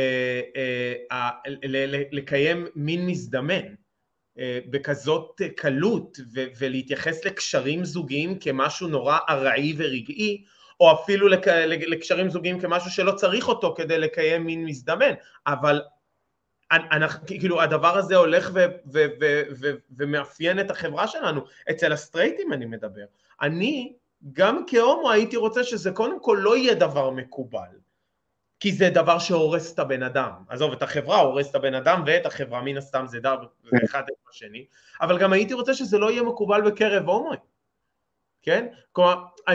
לקיים מין מזדמן בכזאת קלות, ולהתייחס לקשרים זוגיים כמשהו נורא ארעי ורגעי, או אפילו לקשרים זוגיים כמשהו שלא צריך אותו כדי לקיים מין מזדמן. אבל כאילו הדבר הזה הולך ומאפיין את החברה שלנו. אצל הסטרייטים אני מדבר. אני גם כהומו הייתי רוצה שזה קודם כל לא יהיה דבר מקובל, כי זה דבר שהורס את הבן אדם. עזוב, את החברה הורס את הבן אדם ואת החברה, מן הסתם זה אחד את השני, אבל גם הייתי רוצה שזה לא יהיה מקובל בקרב הומואים, כן? כלומר,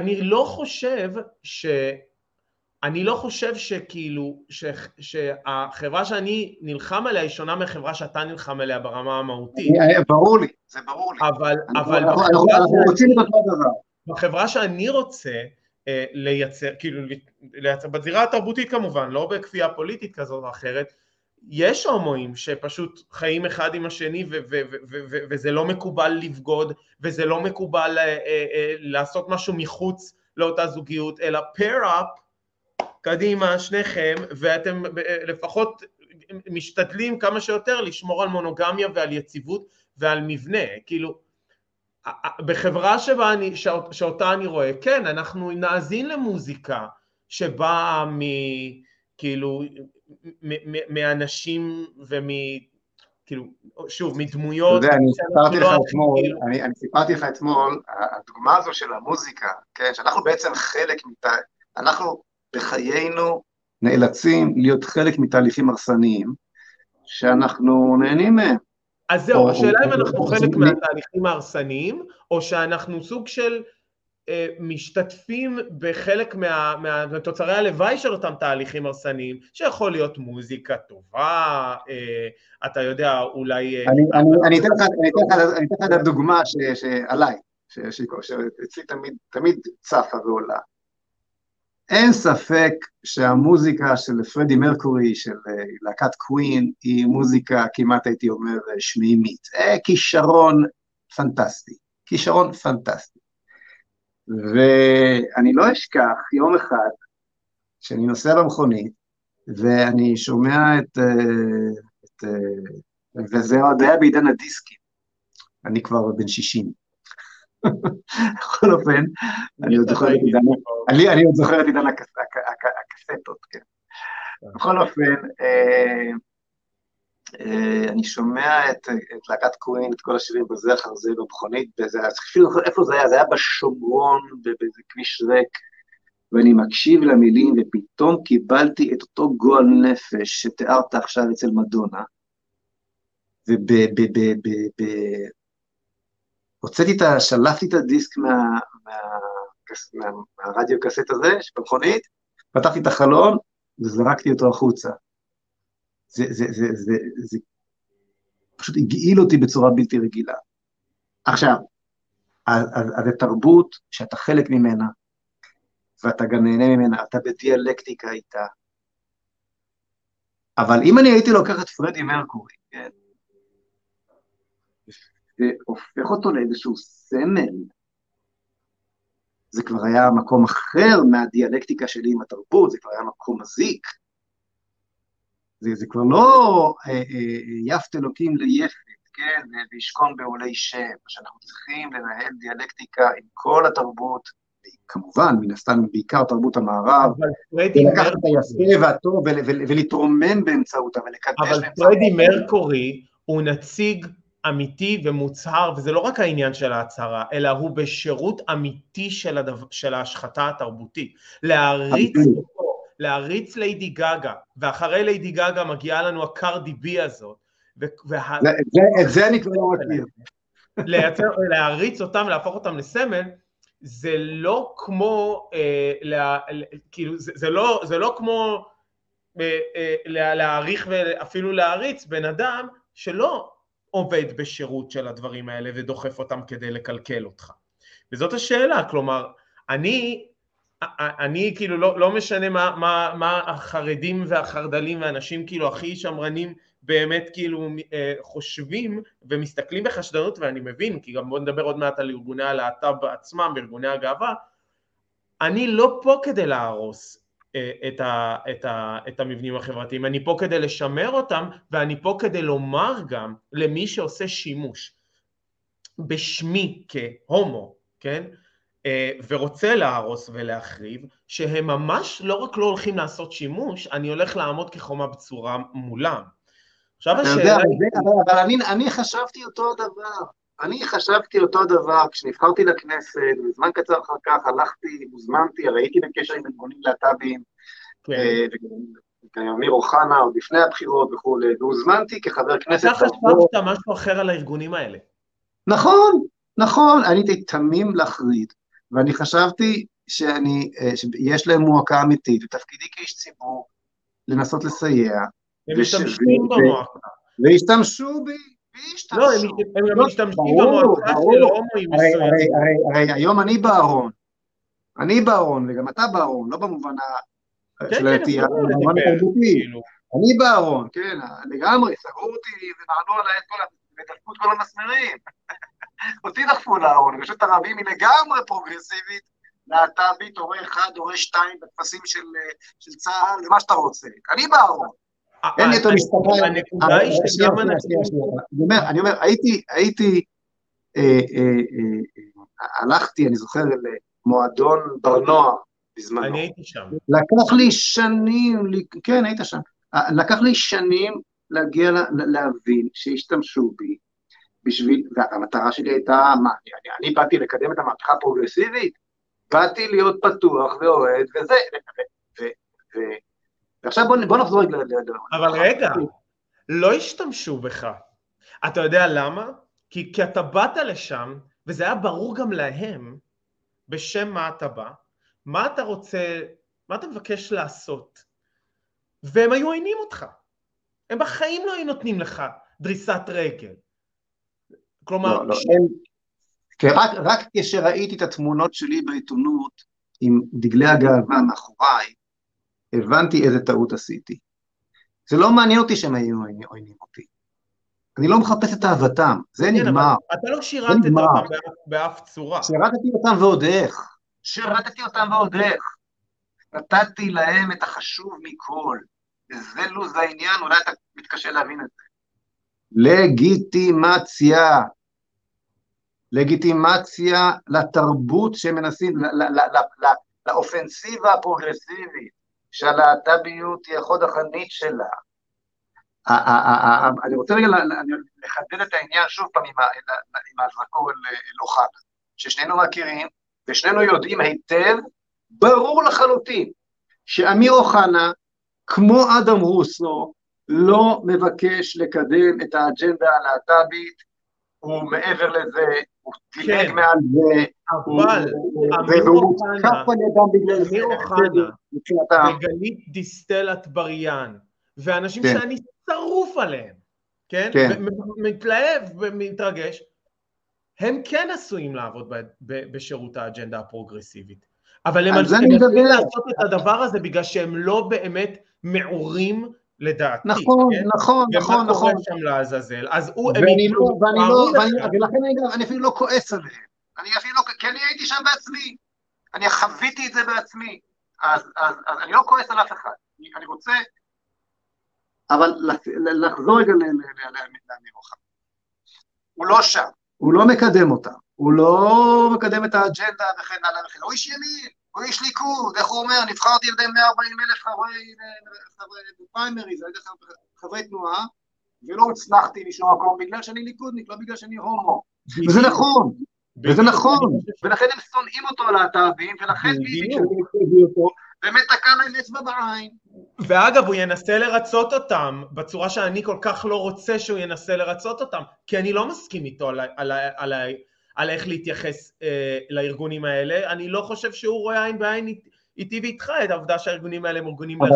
אני לא חושב שכאילו, שהחברה שאני נלחם עליה היא שונה מהחברה שאתה נלחם עליה ברמה המהותית. ברור לי, זה ברור לי. אבל אנחנו רוצים את אותו דבר. בחברה שאני רוצה לייצר, כאילו, בזירה התרבותית כמובן, לא בכפייה פוליטית כזאת או אחרת, יש הומואים שפשוט חיים אחד עם השני, וזה לא מקובל לבגוד, וזה לא מקובל לעשות משהו מחוץ לאותה זוגיות, אלא pair up, קדימה, שניכם, ואתם לפחות משתדלים כמה שיותר לשמור על מונוגמיה ועל יציבות ועל מבנה. כאילו, בחברה שאותה אני רואה, כן, אנחנו נאזין למוזיקה שבאה כאילו מאנשים כאילו, שוב, אתה מדמויות, יודע, כאילו, אני סיפרתי לך אתמול, הדוגמה הזו של המוזיקה, כן, שאנחנו בעצם אנחנו בחיינו נאלצים להיות חלק מתהליכים הרסניים, שאנחנו נהנים מהם. אז זהו, השאלה אם אנחנו חלק מהתהליכים ההרסניים, או שאנחנו סוג של משתתפים בחלק מהתוצרי הלוואי של אותם תהליכים הרסניים, שיכול להיות מוזיקה טובה, אתה יודע, אולי... אני אתן לך את הדוגמה שעליי, שאצלי תמיד צפה ועולה. אין ספק שהמוזיקה של פרדי מרקורי, של להקת קווין, היא מוזיקה כמעט הייתי אומר שמימית. כישרון פנטסטי, כישרון פנטסטי. ואני לא אשכח יום אחד שאני נוסע במכונית, ואני שומע וזה עוד היה בעידן הדיסקים, אני כבר בן 60. בכל אופן, אני עוד זוכר את עידן הקסטות, כן. בכל אופן, אני שומע את להקת קווין, את כל השירים בזה אחר זה במכונית, איפה זה היה? זה היה בשומרון, באיזה כביש ריק, ואני מקשיב למילים, ופתאום קיבלתי את אותו גועל נפש שתיארת עכשיו אצל מדונה, שלפתי את הדיסק מהרדיו קסט הזה, שבמכונית, פתחתי את החלון, וזרקתי אותו החוצה. זה פשוט הגעיל אותי בצורה בלתי רגילה. עכשיו, אז זה תרבות שאתה חלק ממנה, ואתה גם נהנה ממנה, אתה בדיאלקטיקה איתה. אבל אם אני הייתי לוקח את פרדי מרקורי, כן, והופך אותו לאיזשהו סמל, זה כבר היה מקום אחר מהדיאלקטיקה שלי עם התרבות, זה כבר היה מקום מזיק. זה כבר לא יפת אלוקים ליפת, כן, וישכון בעולי שם, שאנחנו צריכים לנהל דיאלקטיקה עם כל התרבות, כמובן, מן הסתם, בעיקר תרבות המערב, ולקחת את היפה והטוב, ולהתרומם באמצעותה, ולקדש באמצעותה. אבל פרדי מרקורי הוא נציג אמיתי ומוצהר, וזה לא רק העניין של ההצהרה, אלא הוא בשירות אמיתי של ההשחתה התרבותית. להריץ ליידי גגה, ואחרי ליידי גגה מגיעה לנו הקרדי בי הזאת. את זה אני כבר לא מכיר. להריץ אותם, להפוך אותם לסמל, זה לא כמו, כאילו, זה לא כמו להעריך ואפילו להריץ בן אדם שלא עובד בשירות של הדברים האלה ודוחף אותם כדי לקלקל אותך. וזאת השאלה, כלומר, אני כאילו לא משנה מה החרדים והחרדלים והאנשים כאילו הכי שמרנים באמת כאילו חושבים ומסתכלים בחשדנות, ואני מבין, כי גם בוא נדבר עוד מעט על ארגוני הלהט"ב בעצמם, ארגוני הגאווה, אני לא פה כדי להרוס את המבנים החברתיים, אני פה כדי לשמר אותם, ואני פה כדי לומר גם למי שעושה שימוש בשמי כהומו, כן? ורוצה להרוס ולהחריב, שהם ממש לא רק לא הולכים לעשות שימוש, אני הולך לעמוד כחומה בצורה מולם. עכשיו השאלה... אבל אני חשבתי אותו דבר, כשנבחרתי לכנסת, וזמן קצר אחר כך הוזמנתי, הרי הייתי בקשר עם ארגונים להט"בים, אמיר אוחנה, עוד לפני הבחירות וכו', והוזמנתי כחבר כנסת... אתה חשבת משהו אחר על הארגונים האלה. נכון, אני הייתי תמים להחריד, ואני חשבתי שיש להם מועקה אמיתית, ותפקידי כאיש ציבור לנסות לסייע. הם משתמשים במועקה. והשתמשו בי, לא, הם משתמשים במועקה של הומואים מסוימים. הרי היום אני בארון, וגם אתה בארון, לא במובן של העטייה, במובן התרבותי. אני בארון, כן, לגמרי, סגרו אותי ונעלו עליי ודלקו את כל המסמרים. אותי דחפו לארון, רשות ערבים היא לגמרי פרוגרסיבית, להט"בית, הורה אחד, הורה שתיים, בתפסים של צה"ל, ומה שאתה רוצה. אני בארון. אין לי את המשפחה. הנקודה היא שגם אני אומר, הלכתי, אני זוכר, למועדון ברנוע בזמנו. אני הייתי שם. לקח לי שנים, כן, היית שם. לקח לי שנים להגיע להבין שהשתמשו בי, בשביל, והמטרה שלי הייתה, מה, אני באתי לקדם את המהפכה הפרוגרסיבית, באתי להיות פתוח ואוהד, וזה, ועכשיו בוא נחזור רגע. אבל רגע, לא השתמשו בך. אתה יודע למה? כי אתה באת לשם, וזה היה ברור גם להם, בשם מה אתה בא, מה אתה רוצה, מה אתה מבקש לעשות. והם היו עיינים אותך. הם בחיים לא היו נותנים לך דריסת רגל. כלומר... לא, רק כשראיתי את התמונות שלי בעיתונות, עם דגלי הגאווה מאחוריי, הבנתי איזה טעות עשיתי. זה לא מעניין אותי שהם היו עוינים אותי. אני לא מחפש את אהבתם, זה נגמר. אתה לא שירתת אותם באף צורה. שירתתי אותם ועוד איך. נתתי להם את החשוב מכל. וזה לוז העניין, אולי אתה מתקשה להבין את זה. לגיטימציה לתרבות שמנסים, לאופנסיבה הפרוגרסיבית, שהלהט"ביות היא החוד החנית שלה. אני רוצה רגע לחדד את העניין שוב פעם עם הזרקור אל אוחנה, ששנינו מכירים, ושנינו יודעים היטב, ברור לחלוטין, שאמיר אוחנה, כמו אדם רוסו, לא מבקש לקדם את האג'נדה הלהט"בית, הוא מעבר לזה, הוא דילג מעל זה, אמיר אוחנה, וגלית דיסטל אטבריאן, ואנשים שאני שרוף עליהם, כן? מתלהב ומתרגש, הם כן עשויים לעבוד בשירות האג'נדה הפרוגרסיבית, אבל הם יכולים לעשות את הדבר הזה בגלל שהם לא באמת מעורים לדעתי. נכון. ומה קורה שם לעזאזל? אז ולכן אני אפילו לא כועס עליהם. כי אני הייתי שם בעצמי. אני חוויתי את זה בעצמי. אז אני לא כועס על אף אחד. אני רוצה, אבל לחזור רגע לאמיר אוחנה. הוא לא שם. הוא לא מקדם אותה. הוא לא מקדם את האג'נדה וכן הלאה וכן. הוא איש ימין. הוא איש ליכוד, איך הוא אומר, נבחרתי על ידי 140,000 חברי פריימריז, על ידי חברי תנועה, ולא הצלחתי לשום מקום בגלל שאני ליכודניק, לא בגלל שאני הומו. וזה נכון, ולכן הם שונאים אותו על הלהט"בים, ולכן באמת תקע להם אצבע בעין. ואגב, הוא ינסה לרצות אותם, בצורה שאני כל כך לא רוצה שהוא ינסה לרצות אותם, כי אני לא מסכים איתו על איך להתייחס לארגונים האלה. אני לא חושב שהוא רואה עין בעין איתי ואיתך את העובדה שהארגונים האלה הם ארגונים... אבל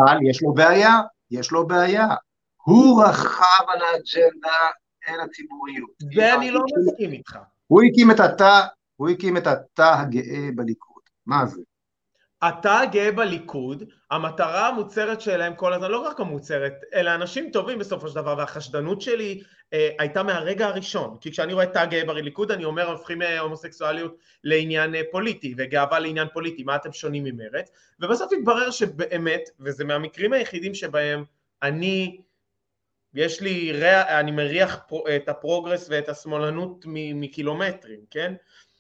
יש לו בעיה. הוא רחב על האג'נדה אל הציבוריות. ואני לא מסכים איתך. הוא הקים את התא הגאה בליכוד. מה זה? התא הגאה בליכוד, המטרה המוצרת שלהם כל הזמן, לא רק המוצרת, אלא אנשים טובים בסופו של דבר, והחשדנות שלי הייתה מהרגע הראשון, כי כשאני רואה תא גאה בליכוד, אני אומר, הופכים הומוסקסואליות לעניין פוליטי, וגאווה לעניין פוליטי, מה אתם שונים ממרץ, ובסוף התברר שבאמת, וזה מהמקרים היחידים שבהם אני מריח את הפרוגרס ואת השמאלנות מקילומטרים, כן?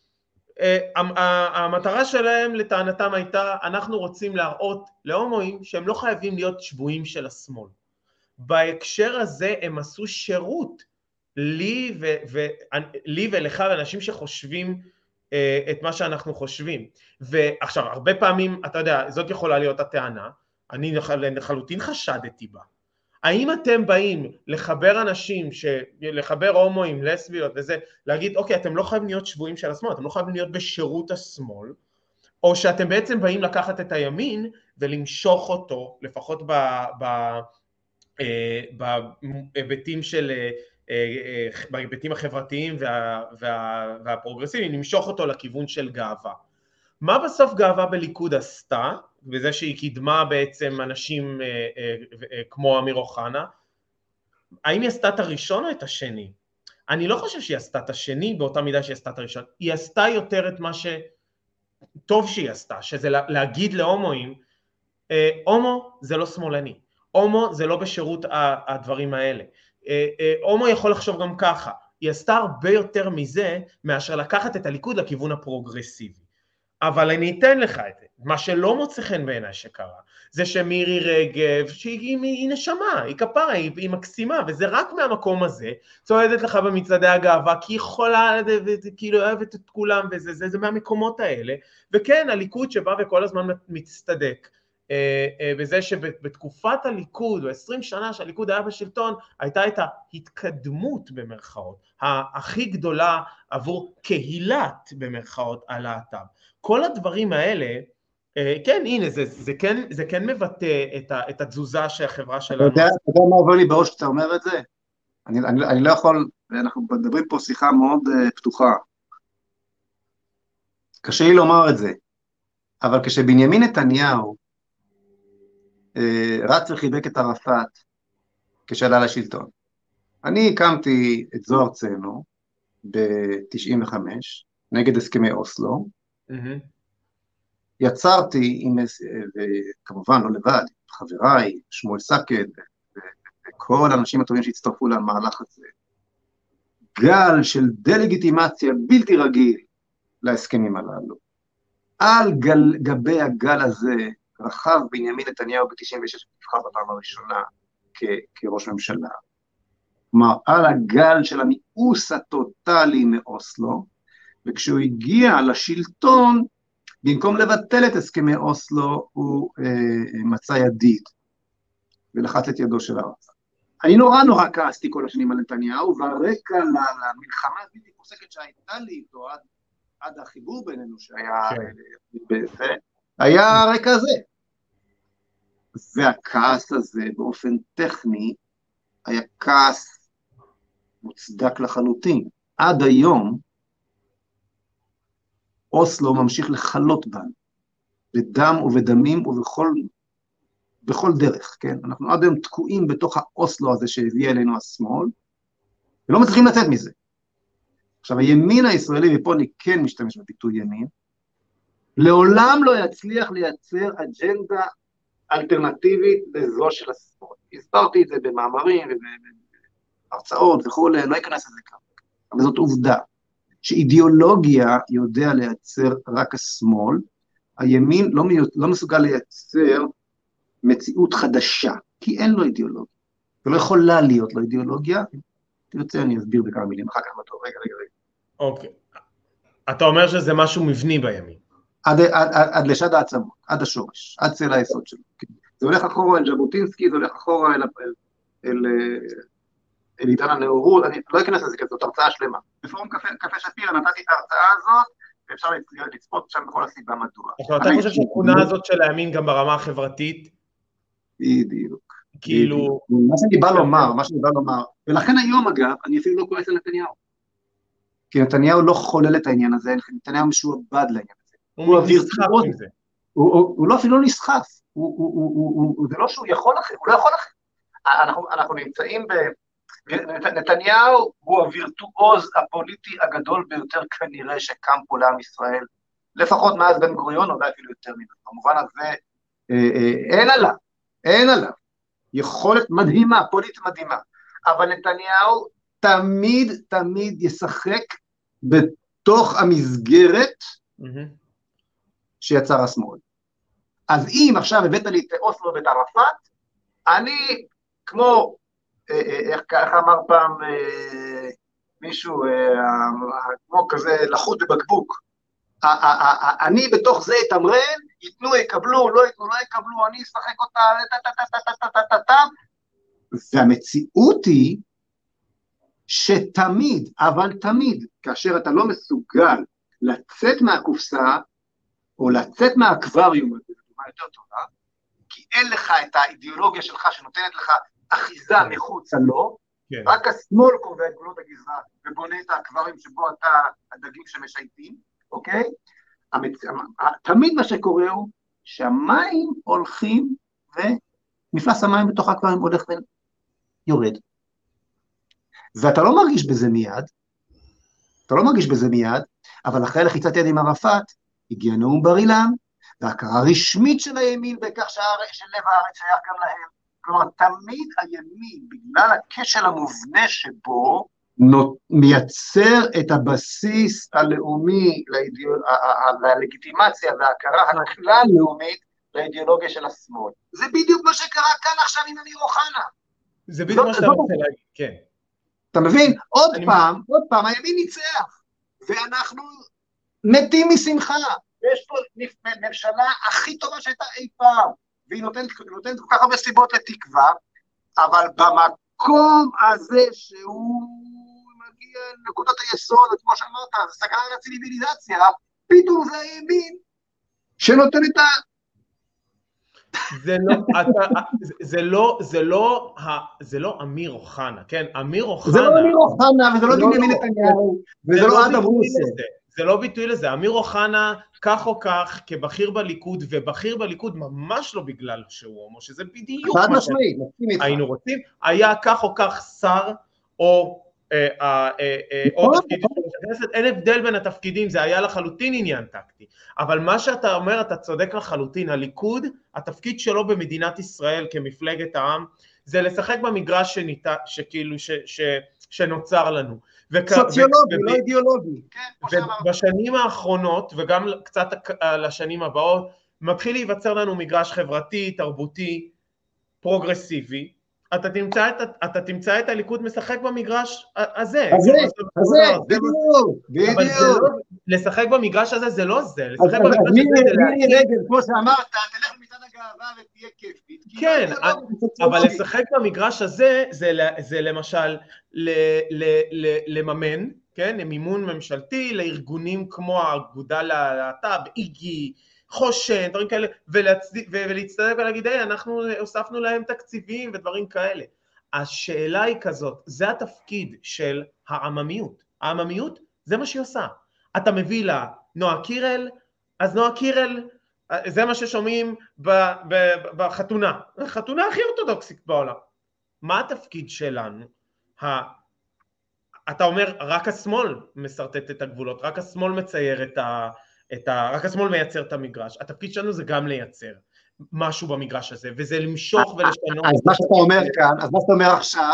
המטרה שלהם לטענתם הייתה, אנחנו רוצים להראות להומואים שהם לא חייבים להיות שבויים של השמאל. בהקשר הזה הם עשו שירות לי ולך ואנשים שחושבים את מה שאנחנו חושבים. ועכשיו, הרבה פעמים, אתה יודע, זאת יכולה להיות הטענה, אני לחלוטין חשדתי בה. האם אתם באים לחבר אנשים, לחבר הומואים, לסביות וזה, להגיד, אוקיי, אתם לא חייבים להיות שבויים של השמאל, אתם לא חייבים להיות בשירות השמאל, או שאתם בעצם באים לקחת את הימין ולמשוך אותו, לפחות בהיבטים החברתיים והפרוגרסיביים, למשוך אותו לכיוון של גאווה. מה בסוף גאווה בליכוד עשתה, בזה שהיא קידמה בעצם אנשים כמו אמיר אוחנה? האם היא עשתה את הראשון או את השני? אני לא חושב שהיא עשתה את השני באותה מידה שהיא עשתה את הראשון. היא עשתה יותר את מה שטוב שהיא עשתה, שזה להגיד להומואים, הומו זה לא שמאלני, הומו זה לא בשירות הדברים האלה, הומו יכול לחשוב גם ככה. היא עשתה הרבה יותר מזה מאשר לקחת את הליכוד לכיוון הפרוגרסיבי. אבל אני אתן לך את זה. מה שלא מוצא חן בעיניי שקרה, זה שמירי רגב, שהיא נשמה, היא כפרה, היא מקסימה, וזה רק מהמקום הזה, צועדת לך במצעדי הגאווה, כי היא יכולה, וכאילו אוהבת את כולם, וזה מהמקומות האלה, וכן, הליכוד שבא וכל הזמן מצטדק, בזה שבתקופת הליכוד, ב-20 שנה שהליכוד היה בשלטון, הייתה את ההתקדמות במרכאות, הכי גדולה עבור קהילת במרכאות על הלהט"ב. כל הדברים האלה, כן, הנה, זה כן מבטא את התזוזה שהחברה שלנו... אתה יודע מה עובר לי בראש כשאתה אומר את זה? אני לא יכול, אנחנו מדברים פה שיחה מאוד פתוחה. קשה לי לומר את זה, אבל כשבנימין נתניהו רץ וחיבק את ערפאת כשעלה לשלטון, אני הקמתי את זוהר צנו ב-95, נגד הסכמי אוסלו, יצרתי, וכמובן לא לבד, חבריי, שמואל סקד, וכל האנשים הטובים שהצטרפו למהלך הזה, גל של דלגיטימציה בלתי רגיל להסכמים הללו. על גבי הגל הזה רחב בנימין נתניהו ב-96 נבחר בפעם הראשונה כראש ממשלה. כלומר, על הגל של המיאוס הטוטלי מאוסלו, וכשהוא הגיע לשלטון, במקום לבטל את הסכמי אוסלו, הוא מצא ידיד, ולחץ את ידו של ערפאת. אני נורא כעסתי כל השנים על נתניהו, והרקע למלחמה הבלתי פוסקת שהייתה לי איתו, עד החיבור בינינו שהיה, היה הרקע הזה. והכעס הזה באופן טכני, היה כעס מוצדק לחלוטין. עד היום, אוסלו ממשיך לחלות בנו, בדם ובדמים ובכל דרך, כן? אנחנו עד היום תקועים בתוך האוסלו הזה שהביא אלינו השמאל, ולא מצליחים לצאת מזה. עכשיו, הימין הישראלי, ופה אני כן משתמש בביטוי ימין, לעולם לא יצליח לייצר אג'נדה אלטרנטיבית לזו של השמאל. הסברתי את זה במאמרים ובהרצאות וכו', לא אכנס לזה כאן, אבל זאת עובדה. שאידיאולוגיה יודע לייצר רק השמאל, הימין לא מסוגל לייצר מציאות חדשה, כי אין לו אידיאולוגיה, ולא יכולה להיות לו אידיאולוגיה, תרצה אני אסביר בכמה מילים, אחר כך בתור, רגע. אוקיי, אתה אומר שזה משהו מבני בימין. עד לשד העצמות, עד השורש, עד צל היסוד שלו. זה הולך אחורה אל ז'בוטינסקי, זה הולך אחורה אל עידן הנאורות, אני לא אכנס לזה, כי זאת הרצאה שלמה. בפורום קפה שפירא נתתי את ההרצאה הזאת, ואפשר לצפות שם בכל הסיבה מדוע. אתה חושב שהתכונה הזאת של הימין גם ברמה החברתית? בדיוק. כאילו... מה שאני בא לומר, ולכן היום אגב, אני אפילו לא כועס על נתניהו. כי נתניהו לא חולל את העניין הזה, נתניהו משועבד לעניין הזה. הוא נסחף עם זה. הוא לא אפילו לא נסחף, זה לא שהוא יכול אחר, הוא לא יכול אחר. אנחנו נמצאים נתניהו הוא הווירטואוז הפוליטי הגדול ביותר כנראה שקם פה לעם ישראל, לפחות מאז בן גוריון, אולי אפילו יותר ממנו. במובן הזה, אין עליו. יכולת מדהימה, פוליטית מדהימה. אבל נתניהו תמיד ישחק בתוך המסגרת שיצר השמאל. אז אם עכשיו הבאת לי את אוסלו ואת ערפאת, אני כמו, איך אמר פעם מישהו, כמו כזה לחוט בבקבוק, אני בתוך זה אתמרן, ייתנו יקבלו, לא ייתנו לא יקבלו, אני אשחק אותה, והמציאות היא שתמיד, אבל תמיד, כאשר אתה לא מסוגל לצאת מהקופסה, או לצאת מהאקווריום, זה דוגמה יותר טובה, כי אין לך את האידיאולוגיה שלך שנותנת לך אחיזה מחוצה לו, רק השמאל קובע את גבולות הגזרה, ובונה את האקווריום שבו אתה הדגים שמשייטים, אוקיי? תמיד מה שקורה הוא שהמים הולכים, ומפלס המים בתוך האקווריום הולך ויורד. ואתה לא מרגיש בזה מיד, אבל אחרי לחיצת יד עם ערפאת, הגיע נאום בר אילן, וההכרה רשמית של הימין בכך שלב הארץ שייך גם להם. כלומר, תמיד הימין, בגלל הכשל המובנה שבו, מייצר את הבסיס הלאומי, ללגיטימציה וההכרה הכלל לאומית לאידיאולוגיה של השמאל. זה בדיוק מה שקרה כאן עכשיו עם אמיר אוחנה. זה בדיוק מה שאתה רוצה להגיד, כן. אתה מבין? עוד פעם, הימין ניצח, ואנחנו מתים משמחה. יש פה ממשלה הכי טובה שהייתה אי פעם, והיא נותנת כל כך הרבה סיבות לתקווה, אבל במקום הזה שהוא מגיע לנקודות היסוד, כמו שאמרת, זה סכנה לציוויליזציה, פתאום זה הימין שנותן את ה... זה לא אמיר אוחנה, כן? אמיר אוחנה... זה לא אמיר אוחנה, וזה לא בנימין נתניהו, וזה לא אדם רוסו. זה לא ביטוי לזה, אמיר אוחנה כך או כך כבכיר בליכוד, ובכיר בליכוד ממש לא בגלל שהוא הומו, שזה בדיוק מה שהיינו רוצים, היה כך או כך שר או תפקיד של הכנסת, אין הבדל בין התפקידים, זה היה לחלוטין עניין טקטי, אבל מה שאתה אומר, אתה צודק לחלוטין, הליכוד, התפקיד שלו במדינת ישראל כמפלגת העם, זה לשחק במגרש שנוצר לנו. סוציולוגי, לא אידיאולוגי. ובשנים האחרונות, וגם קצת לשנים הבאות, מתחיל להיווצר לנו מגרש חברתי, תרבותי, פרוגרסיבי, אתה תמצא את הליכוד משחק במגרש הזה. בדיוק. לשחק במגרש הזה זה לא זה. לשחק במגרש הזה זה להגיד, כמו שאמרת, תלך למצעד הגאווה ותהיה כיפית. כן, אבל לשחק במגרש הזה זה למשל לממן, כן, מימון ממשלתי לארגונים כמו האגודה ללהט"ב, איגי, חושן, דברים כאלה, ולהצטדק ולהגיד, אנחנו הוספנו להם תקציבים ודברים כאלה. השאלה היא כזאת, זה התפקיד של העממיות. העממיות זה מה שהיא עושה. אתה מביא לה נועה קירל, אז נועה קירל, זה מה ששומעים בחתונה. החתונה הכי אורתודוקסית בעולם. מה התפקיד שלנו? אתה אומר, רק השמאל מסרטט את הגבולות, רק השמאל מצייר רק השמאל מייצר את המגרש. התפקיד שלנו זה גם לייצר משהו במגרש הזה, וזה למשוך ולשנות. אז מה שאתה אומר כאן, אז מה שאתה אומר עכשיו,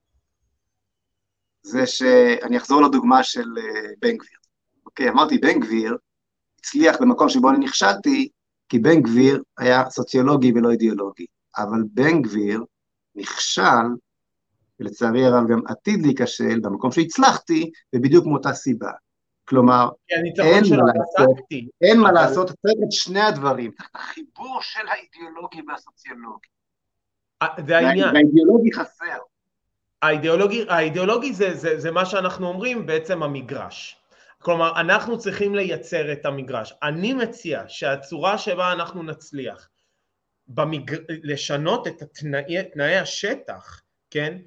זה שאני אחזור לדוגמה של בן גביר. אוקיי, אמרתי, בן גביר הצליח במקום שבו אני נכשלתי, כי בן גביר היה סוציולוגי ולא אידיאולוגי. אבל בן גביר נכשל, ולצערי הרב גם עתיד להיכשל, במקום שהצלחתי, ובדיוק מאותה סיבה. כלומר, אין מה לעשות, צריך את שני הדברים, את החיבור של האידיאולוגי והסוציולוגי. זה העניין. והאידיאולוגי חסר. האידיאולוגי זה מה שאנחנו אומרים, בעצם המגרש. כלומר, אנחנו צריכים לייצר את המגרש. אני מציע שהצורה שבה אנחנו נצליח לשנות את תנאי השטח, כן?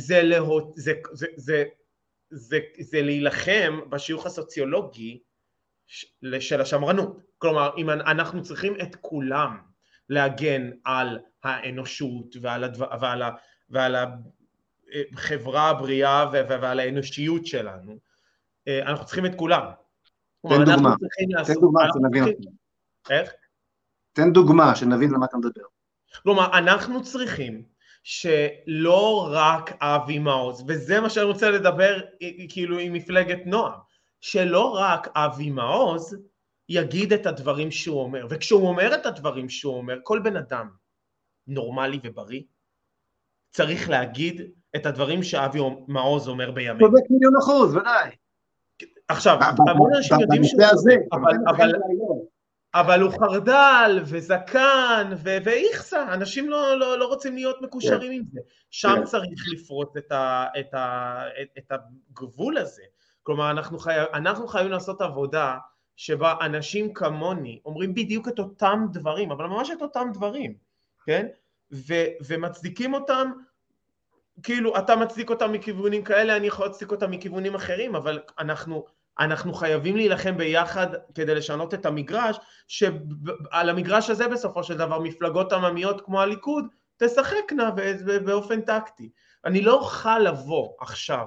זה להילחם בשיוך הסוציולוגי של השמרנות. כלומר, אם אנחנו צריכים את כולם להגן על האנושות ועל החברה הבריאה ועל האנושיות שלנו, אנחנו צריכים את כולם. תן דוגמה שנבין. איך? תן דוגמה שנבין למה אתה מדבר. כלומר, אנחנו צריכים שלא רק אבי מעוז, וזה מה שאני רוצה לדבר כאילו עם מפלגת נועם, שלא רק אבי מעוז יגיד את הדברים שהוא אומר, וכשהוא אומר את הדברים שהוא אומר, כל בן אדם נורמלי ובריא צריך להגיד את הדברים שאבי מעוז אומר בימים. צודק 1,000,000%, ודאי. עכשיו, המון אנשים יודעים שהוא צודק, אבל הוא חרדל וזקן ואיכסה, אנשים לא רוצים להיות מקושרים עם זה. שם צריך לפרוץ את הגבול הזה. כלומר, אנחנו חייבים לעשות עבודה שבה אנשים כמוני אומרים בדיוק את אותם דברים, אבל ממש את אותם דברים, כן? ומצדיקים אותם, כאילו אתה מצדיק אותם מכיוונים כאלה, אני יכול להצדיק אותם מכיוונים אחרים, אבל אנחנו חייבים להילחם ביחד כדי לשנות את המגרש, שעל המגרש הזה בסופו של דבר מפלגות עממיות כמו הליכוד תשחקנה באופן טקטי. אני לא אוכל לבוא עכשיו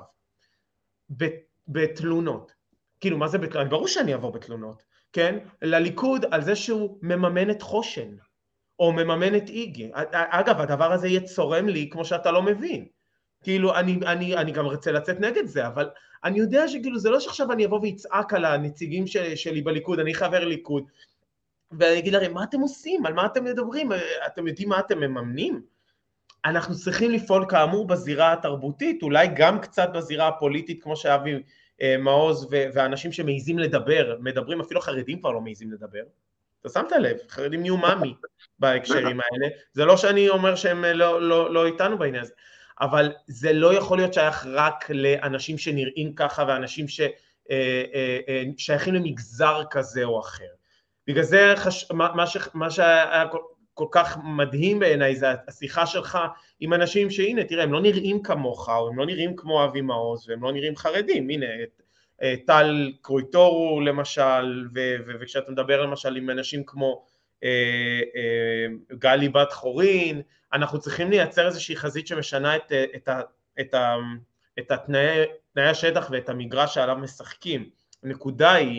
בתלונות, כאילו מה זה בתלונות? ברור שאני אבוא בתלונות, כן? לליכוד על זה שהוא מממן את חושן, או מממן את איגי. אגב, הדבר הזה יצורם לי כמו שאתה לא מבין, כאילו אני גם רוצה לצאת נגד זה, אבל אני יודע שכאילו זה לא שעכשיו אני אבוא ויצעק על הנציגים שלי בליכוד, אני חבר ליכוד, ואני אגיד להם, מה אתם עושים? על מה אתם מדברים? אתם יודעים מה אתם מממנים? אנחנו צריכים לפעול כאמור בזירה התרבותית, אולי גם קצת בזירה הפוליטית, כמו שאבי מעוז ואנשים שמעיזים לדבר, מדברים, אפילו חרדים כבר לא מעיזים לדבר. אתה שמת לב, חרדים נהיו מאמי בהקשרים האלה, זה לא שאני אומר שהם לא איתנו בעניין הזה, אבל זה לא יכול להיות שייך רק לאנשים שנראים ככה, ואנשים ששייכים למגזר כזה או אחר. בגלל זה מה שהיה כל כך מדהים בעיניי זה השיחה שלך עם אנשים שהנה תראה הם לא נראים כמוך או הם לא נראים כמו אבי מעוז והם לא נראים חרדים, הנה טל קרויטורו למשל, וכשאתה מדבר למשל עם אנשים כמו גלי בת חורין, אנחנו צריכים לייצר איזושהי חזית שמשנה את תנאי השטח ואת המגרש שעליו משחקים. הנקודה היא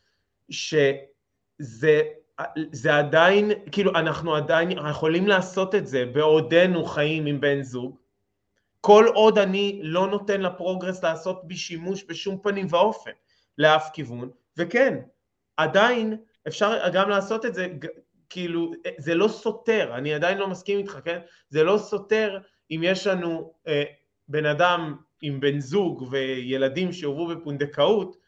זה עדיין, כאילו אנחנו עדיין יכולים לעשות את זה בעודנו חיים עם בן זוג, כל עוד אני לא נותן לפרוגרס לעשות בי שימוש בשום פנים ואופן, לאף כיוון, וכן, עדיין אפשר גם לעשות את זה, כאילו זה לא סותר, אני עדיין לא מסכים איתך, כן? זה לא סותר אם יש לנו בן אדם עם בן זוג וילדים שהובאו בפונדקאות,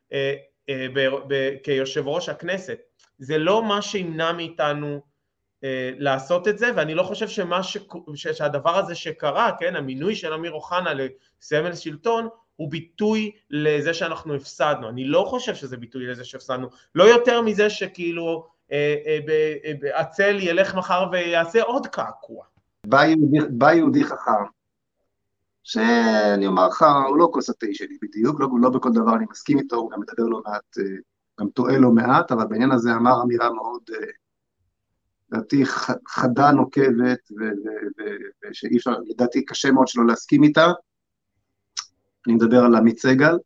כיושב ראש הכנסת, זה לא מה שימנע מאיתנו לעשות את זה, ואני לא חושב שהדבר הזה שקרה, כן, המינוי של אמיר אוחנה לסמל שלטון, הוא ביטוי לזה שאנחנו הפסדנו, אני לא חושב שזה ביטוי לזה שהפסדנו, לא יותר מזה שכאילו עצל ילך מחר ויעשה עוד קעקוע. בא יהודי חכם, שאני אומר לך, הוא לא כוס התה שלי בדיוק, לא בכל דבר אני מסכים איתו, הוא גם מדבר לא מעט, גם טועה לא מעט, אבל בעניין הזה אמר אמירה מאוד, לדעתי חדה נוקבת, ושאי אפשר, לדעתי קשה מאוד שלא להסכים איתה, אני מדבר על עמית סגל,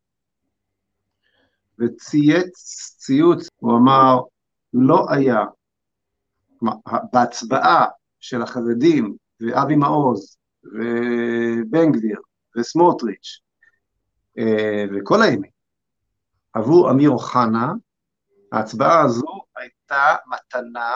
וצייץ ציוץ, הוא אמר, לא היה, בהצבעה של החרדים, ואבי מעוז, ובן גביר, וסמוטריץ', וכל הימין, עבור אמיר אוחנה, ההצבעה הזו הייתה מתנה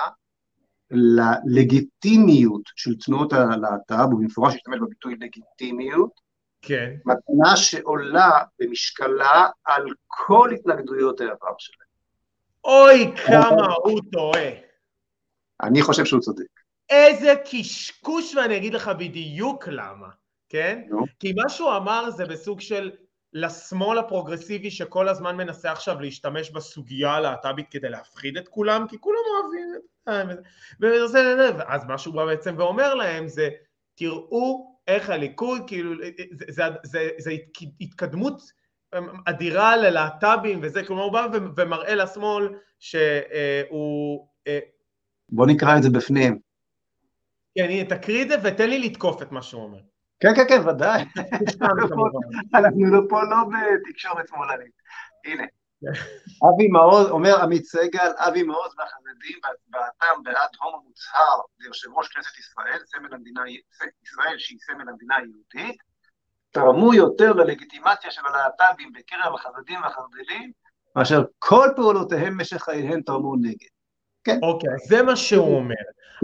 ללגיטימיות של תנועות הלהט"ב, ובמפורש השתמש בביטוי לגיטימיות, כן. מתנה שעולה במשקלה על כל התנגדויות העבר שלהם. אוי, כמה הוא טועה. אני חושב שהוא צודק. איזה קשקוש, ואני אגיד לך בדיוק למה, כן? נו. כי מה שהוא אמר זה בסוג של לשמאל הפרוגרסיבי שכל הזמן מנסה עכשיו להשתמש בסוגיה הלהט"בית כדי להפחיד את כולם, כי כולם אוהבים את זה. אז מה שהוא בא בעצם ואומר להם זה, תראו איך הליכוד, כאילו, זה התקדמות אדירה ללהט"בים וזה, כלומר הוא בא ומראה לשמאל שהוא... בוא נקרא את זה בפנים. כן, הנה, תקריא את זה ותן לי לתקוף את מה שהוא אומר. כן, כן, כן, ודאי. אנחנו פה לא בתקשורת שמאלנית. הנה. אבי מעוז, אומר עמית סגל, אבי מעוז והחרדים בהצבעתם בעד הומו מוצהר ליושב ראש כנסת ישראל, סמל המדינה ישראל שהיא סמל המדינה היהודית, תרמו יותר ללגיטימציה של הלהט"בים בקרב החרדים והחרדלים, מאשר כל פעולותיהם משך חייהם תרמו נגד. כן? אוקיי, זה מה שהוא אומר.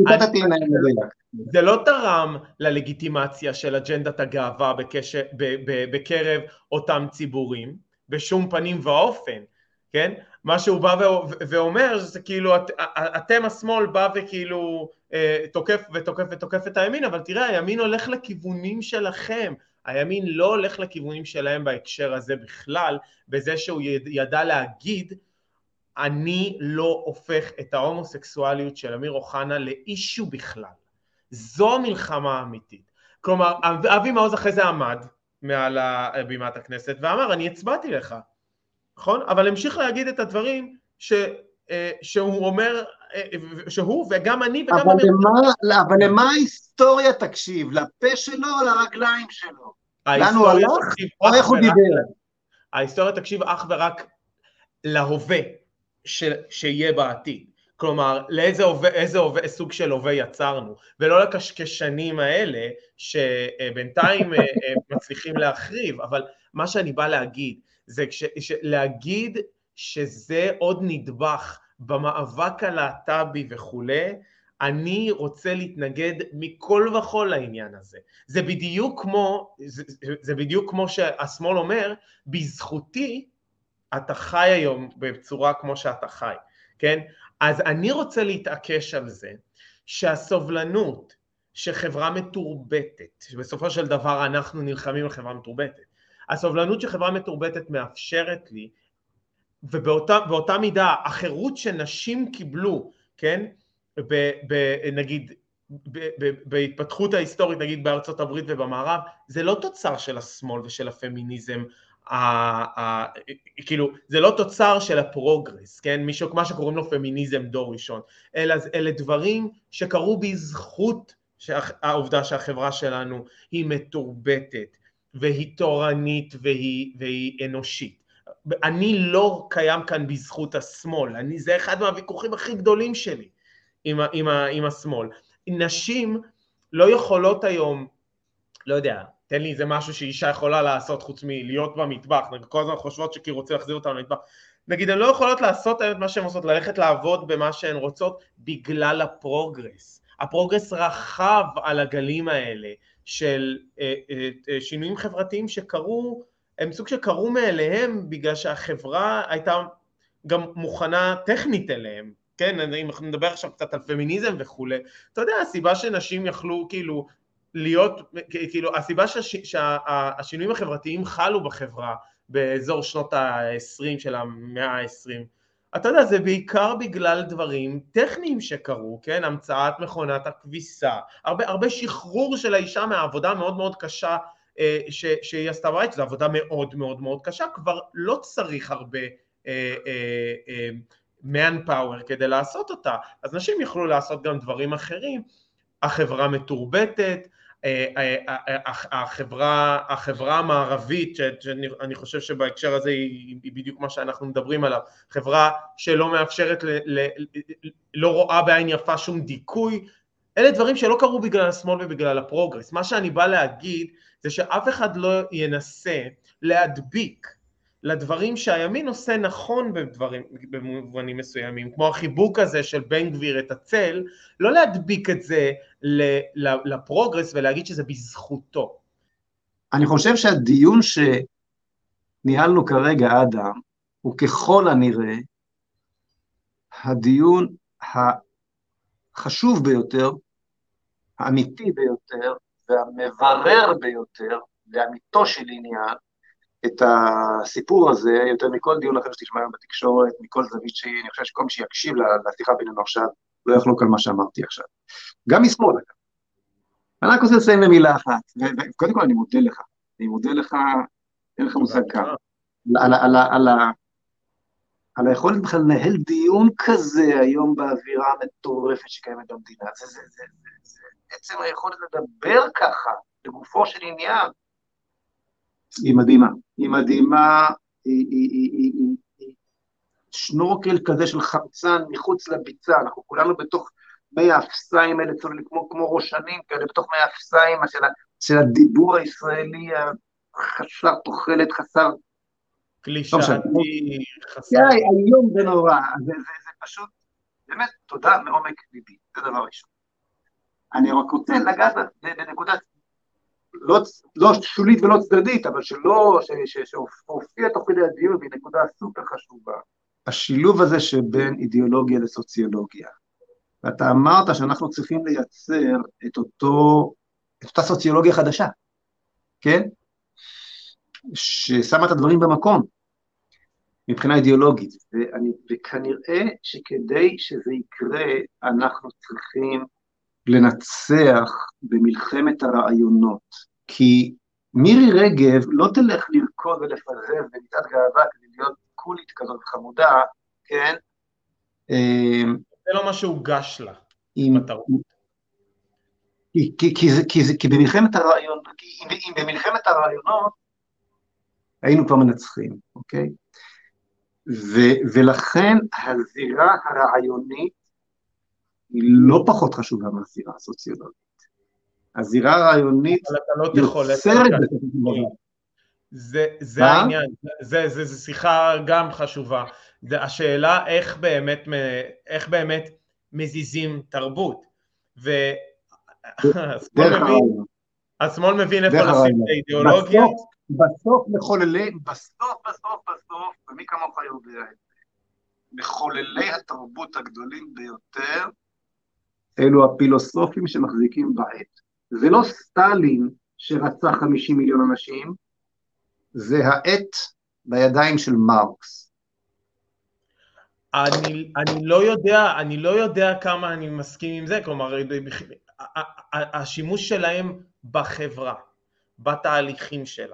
זה לא תרם ללגיטימציה של אג'נדת הגאווה בקרב אותם ציבורים, בשום פנים ואופן, כן? מה שהוא בא ואומר זה כאילו, אתם השמאל בא וכאילו תוקף את הימין, אבל תראה, הימין הולך לכיוונים שלכם, הימין לא הולך לכיוונים שלהם בהקשר הזה בכלל, בזה שהוא ידע להגיד, אני לא הופך את ההומוסקסואליות של אמיר אוחנה לאישו בכלל. זו המלחמה האמיתית. כלומר, אבי מעוז אחרי זה עמד מעל בימת הכנסת ואמר, אני הצבעתי לך, נכון? אבל המשיך להגיד את הדברים שהוא אומר, שהוא וגם אני וגם אמיר. אבל למה ההיסטוריה תקשיב? לפה שלו או לרגליים שלו? לנו הלך? או איך הוא דיבר? ההיסטוריה תקשיב אך ורק להווה שיהיה בעתיד. כלומר, איזה סוג של הווה יצרנו, ולא לקשקשנים האלה שבינתיים מצליחים להחריב, אבל מה שאני בא להגיד, זה להגיד שזה עוד נדבך במאבק הלהט"בי וכולי, אני רוצה להתנגד מכל וכל לעניין הזה. זה בדיוק כמו שהשמאל אומר, בזכותי אתה חי היום בצורה כמו שאתה חי, כן? אז אני רוצה להתעקש על זה שהסובלנות שחברה מתורבתת, שבסופו של דבר אנחנו נלחמים על חברה מתורבתת, הסובלנות שחברה מתורבתת מאפשרת לי, ובאותה מידה החירות שנשים קיבלו, כן? נגיד בהתפתחות ההיסטורית, נגיד בארצות הברית ובמערב, זה לא תוצר של השמאל ושל הפמיניזם, כאילו זה לא תוצר של הפרוגרס, כן? מה שקוראים לו פמיניזם דור ראשון, אלא אלה דברים שקרו בזכות העובדה שהחברה שלנו היא מתורבתת והיא תורנית והיא אנושית. אני לא קיים כאן בזכות השמאל, זה אחד מהוויכוחים הכי גדולים שלי עם השמאל. נשים לא יכולות היום, לא יודע, תן לי איזה משהו שאישה יכולה לעשות חוץ מלהיות במטבח, כל הזמן חושבות שכי רוצה להחזיר אותם למטבח, נגיד הן לא יכולות לעשות את מה שהן עושות, ללכת לעבוד במה שהן רוצות בגלל הפרוגרס. הפרוגרס רחב על הגלים האלה של שינויים חברתיים שקרו, הם סוג שקרו מאליהם בגלל שהחברה הייתה גם מוכנה טכנית אליהם, כן? אם אנחנו נדבר עכשיו קצת על פמיניזם וכו', אתה יודע, הסיבה שנשים יכלו הסיבה שהשינויים החברתיים חלו בחברה באזור שנות ה-20 של המאה ה-20, אתה יודע, זה בעיקר בגלל דברים טכניים שקרו, כן? המצאת מכונת הכביסה, הרבה שחרור של האישה מהעבודה מאוד מאוד קשה שהיא עשתה בית, זו עבודה מאוד מאוד מאוד קשה, כבר לא צריך הרבה manpower כדי לעשות אותה, אז נשים יכלו לעשות גם דברים אחרים. החברה מתורבתת, החברה המערבית, שאני חושב שבהקשר הזה היא בדיוק מה שאנחנו מדברים עליו, חברה שלא מאפשרת, לא רואה בעין יפה שום דיכוי, אלה דברים שלא קרו בגלל השמאל ובגלל הפרוגרס. מה שאני בא להגיד זה שאף אחד לא ינסה להדביק לדברים שהימין עושה נכון במובנים מסוימים, כמו החיבוק הזה של בן גביר את הצל, לא להדביק את זה לפרוגרס ולהגיד שזה בזכותו. אני חושב שהדיון שניהלנו כרגע, אדם, הוא ככל הנראה הדיון החשוב ביותר, האמיתי ביותר, והמברר ביותר, לאמיתו של עניין, את הסיפור הזה, יותר מכל דיון אחר שתשמע היום בתקשורת, מכל זווית שהיא, אני חושב שכל מי שיקשיב לשיחה בינינו עכשיו, לא יחלוק על מה שאמרתי עכשיו. גם משמאל, אגב. אני רק רוצה לסיים במילה אחת, וקודם כל אני מודה לך, אין לך מושג כמה, על היכולת בכלל לנהל דיון כזה היום באווירה המטורפת שקיימת במדינה. זה עצם היכולת לדבר ככה, לגופו של עניין, היא מדהימה, היא שנורקל כזה של חמצן מחוץ לביצה, אנחנו כולנו בתוך מי האפסיים האלה, כמו ראשנים כאלה, בתוך מי האפסיים של הדיבור הישראלי החסר תוחלת, חסר... קלישאתי, חסר... היום זה נורא, זה פשוט, באמת תודה מעומק ליבי, זה דבר ראשון. אני רק רוצה לגעת בנקודת, לא שולית ולא צדדית, אבל שהופיע תוך כדי הדיון, והיא נקודה סופר חשובה. השילוב הזה שבין אידיאולוגיה לסוציולוגיה. ואתה אמרת שאנחנו צריכים לייצר את אותה סוציולוגיה חדשה, כן? ששמה את הדברים במקום, מבחינה אידיאולוגית. וכנראה שכדי שזה יקרה, אנחנו צריכים לנצח במלחמת הרעיונות, כי מירי רגב לא תלך לרקוד ולפזר במצעד גאווה כדי להיות קולית כזאת חמודה, כן? זה לא מה שהוגש לה. כי במלחמת הרעיונות, אם במלחמת הרעיונות היינו כבר מנצחים, אוקיי? ולכן הזירה הרעיונית היא לא פחות חשובה מהזירה הסוציולוגית. הזירה הרעיונית אבל אתה לא תחולל יוצרת את בסופו של דבר. זה העניין, זה שיחה גם חשובה. השאלה איך באמת מזיזים תרבות. והשמאל דרך מבין, הרעיון. השמאל מבין איפה דרך לשים את הרעיון. האידיאולוגיה. בסוף מחוללי, בסוף, ומי כמוך יודע, מחוללי התרבות הגדולים ביותר, אלו הפילוסופים שמחזיקים בעת. זה לא סטלין שרצה 50 מיליון אנשים, זה העת בידיים של מרקס. אני לא יודע כמה אני מסכים עם זה, כלומר, השימוש שלהם בחברה, בתהליכים שלה,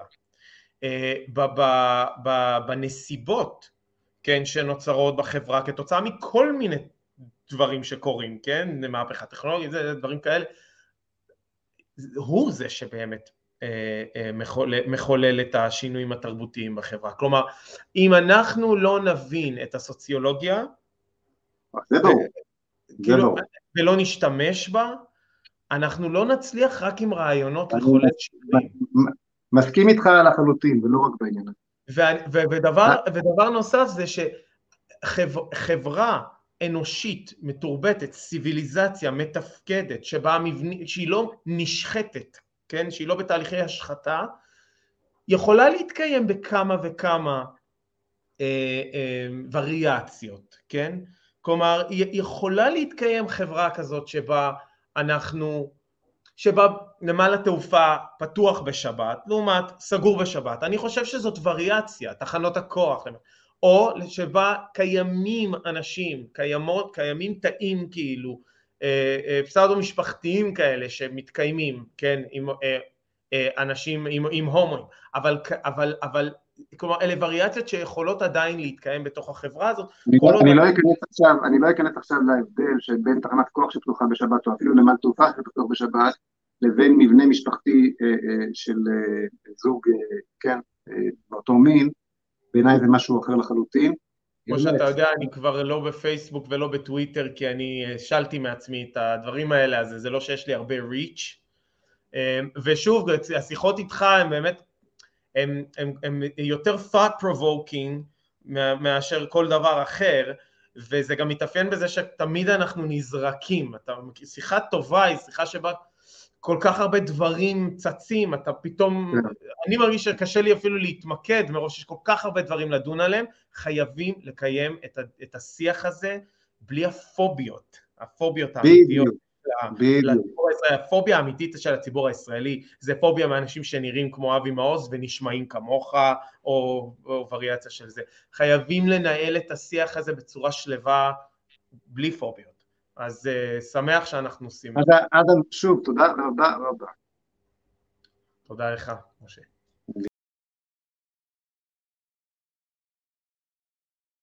בנסיבות, כן, שנוצרות בחברה, כתוצאה מכל מיני דברים שקורים, כן, מהפכה טכנולוגית, זה דברים כאלה, הוא זה שבאמת מחולל את השינויים התרבותיים בחברה. כלומר, אם אנחנו לא נבין את הסוציולוגיה, זה ברור, זה ברור. ולא נשתמש בה, אנחנו לא נצליח רק עם רעיונות לחולל שינויים. מסכים איתך לחלוטין, ולא רק בעניין הזה. ודבר נוסף זה שחברה אנושית, מתורבתת, ציוויליזציה מתפקדת, שהיא לא נשחטת, כן? שהיא לא בתהליכי השחתה, יכולה להתקיים בכמה וכמה וריאציות, כן? כלומר, יכולה להתקיים חברה כזאת שבה נמל התעופה פתוח בשבת, לעומת סגור בשבת. אני חושב שזאת וריאציה, תחנות הכוח, או שבה קיימים אנשים, קיימים תאים כאילו, פסאודו משפחתיים כאלה שמתקיימים, כן, עם אנשים, עם הומואים, אבל כלומר, אלה וריאציות שיכולות עדיין להתקיים בתוך החברה הזאת. אני לא אכנס עכשיו להבדל שבין תחנת כוח שפתוחה בשבת, או אפילו נמל תעופה שפתוח בשבת, לבין מבנה משפחתי של זוג, כן, באותו מין, בעיניי זה משהו אחר לחלוטין. כמו שאתה יודע, אני כבר לא בפייסבוק ולא בטוויטר, כי אני שאלתי מעצמי את הדברים האלה, אז זה לא שיש לי הרבה ריץ'. ושוב, השיחות איתך הן באמת, הם יותר thought provoking מאשר כל דבר אחר, וזה גם מתאפיין בזה שתמיד אנחנו נזרקים. שיחה טובה היא שיחה שבה כל כך הרבה דברים צצים, אתה פתאום, אני מרגיש שקשה לי אפילו להתמקד, מראש יש כל כך הרבה דברים לדון עליהם, חייבים לקיים את השיח הזה בלי הפוביות האמיתיות. הפוביה האמיתית של הציבור הישראלי, זה פוביה מאנשים שנראים כמו אבי מעוז ונשמעים כמוך, או וריאציה של זה. חייבים לנהל את השיח הזה בצורה שלווה, בלי פוביות. אז שמח שאנחנו עושים. אדם, שוב, תודה רבה. תודה לך, משה.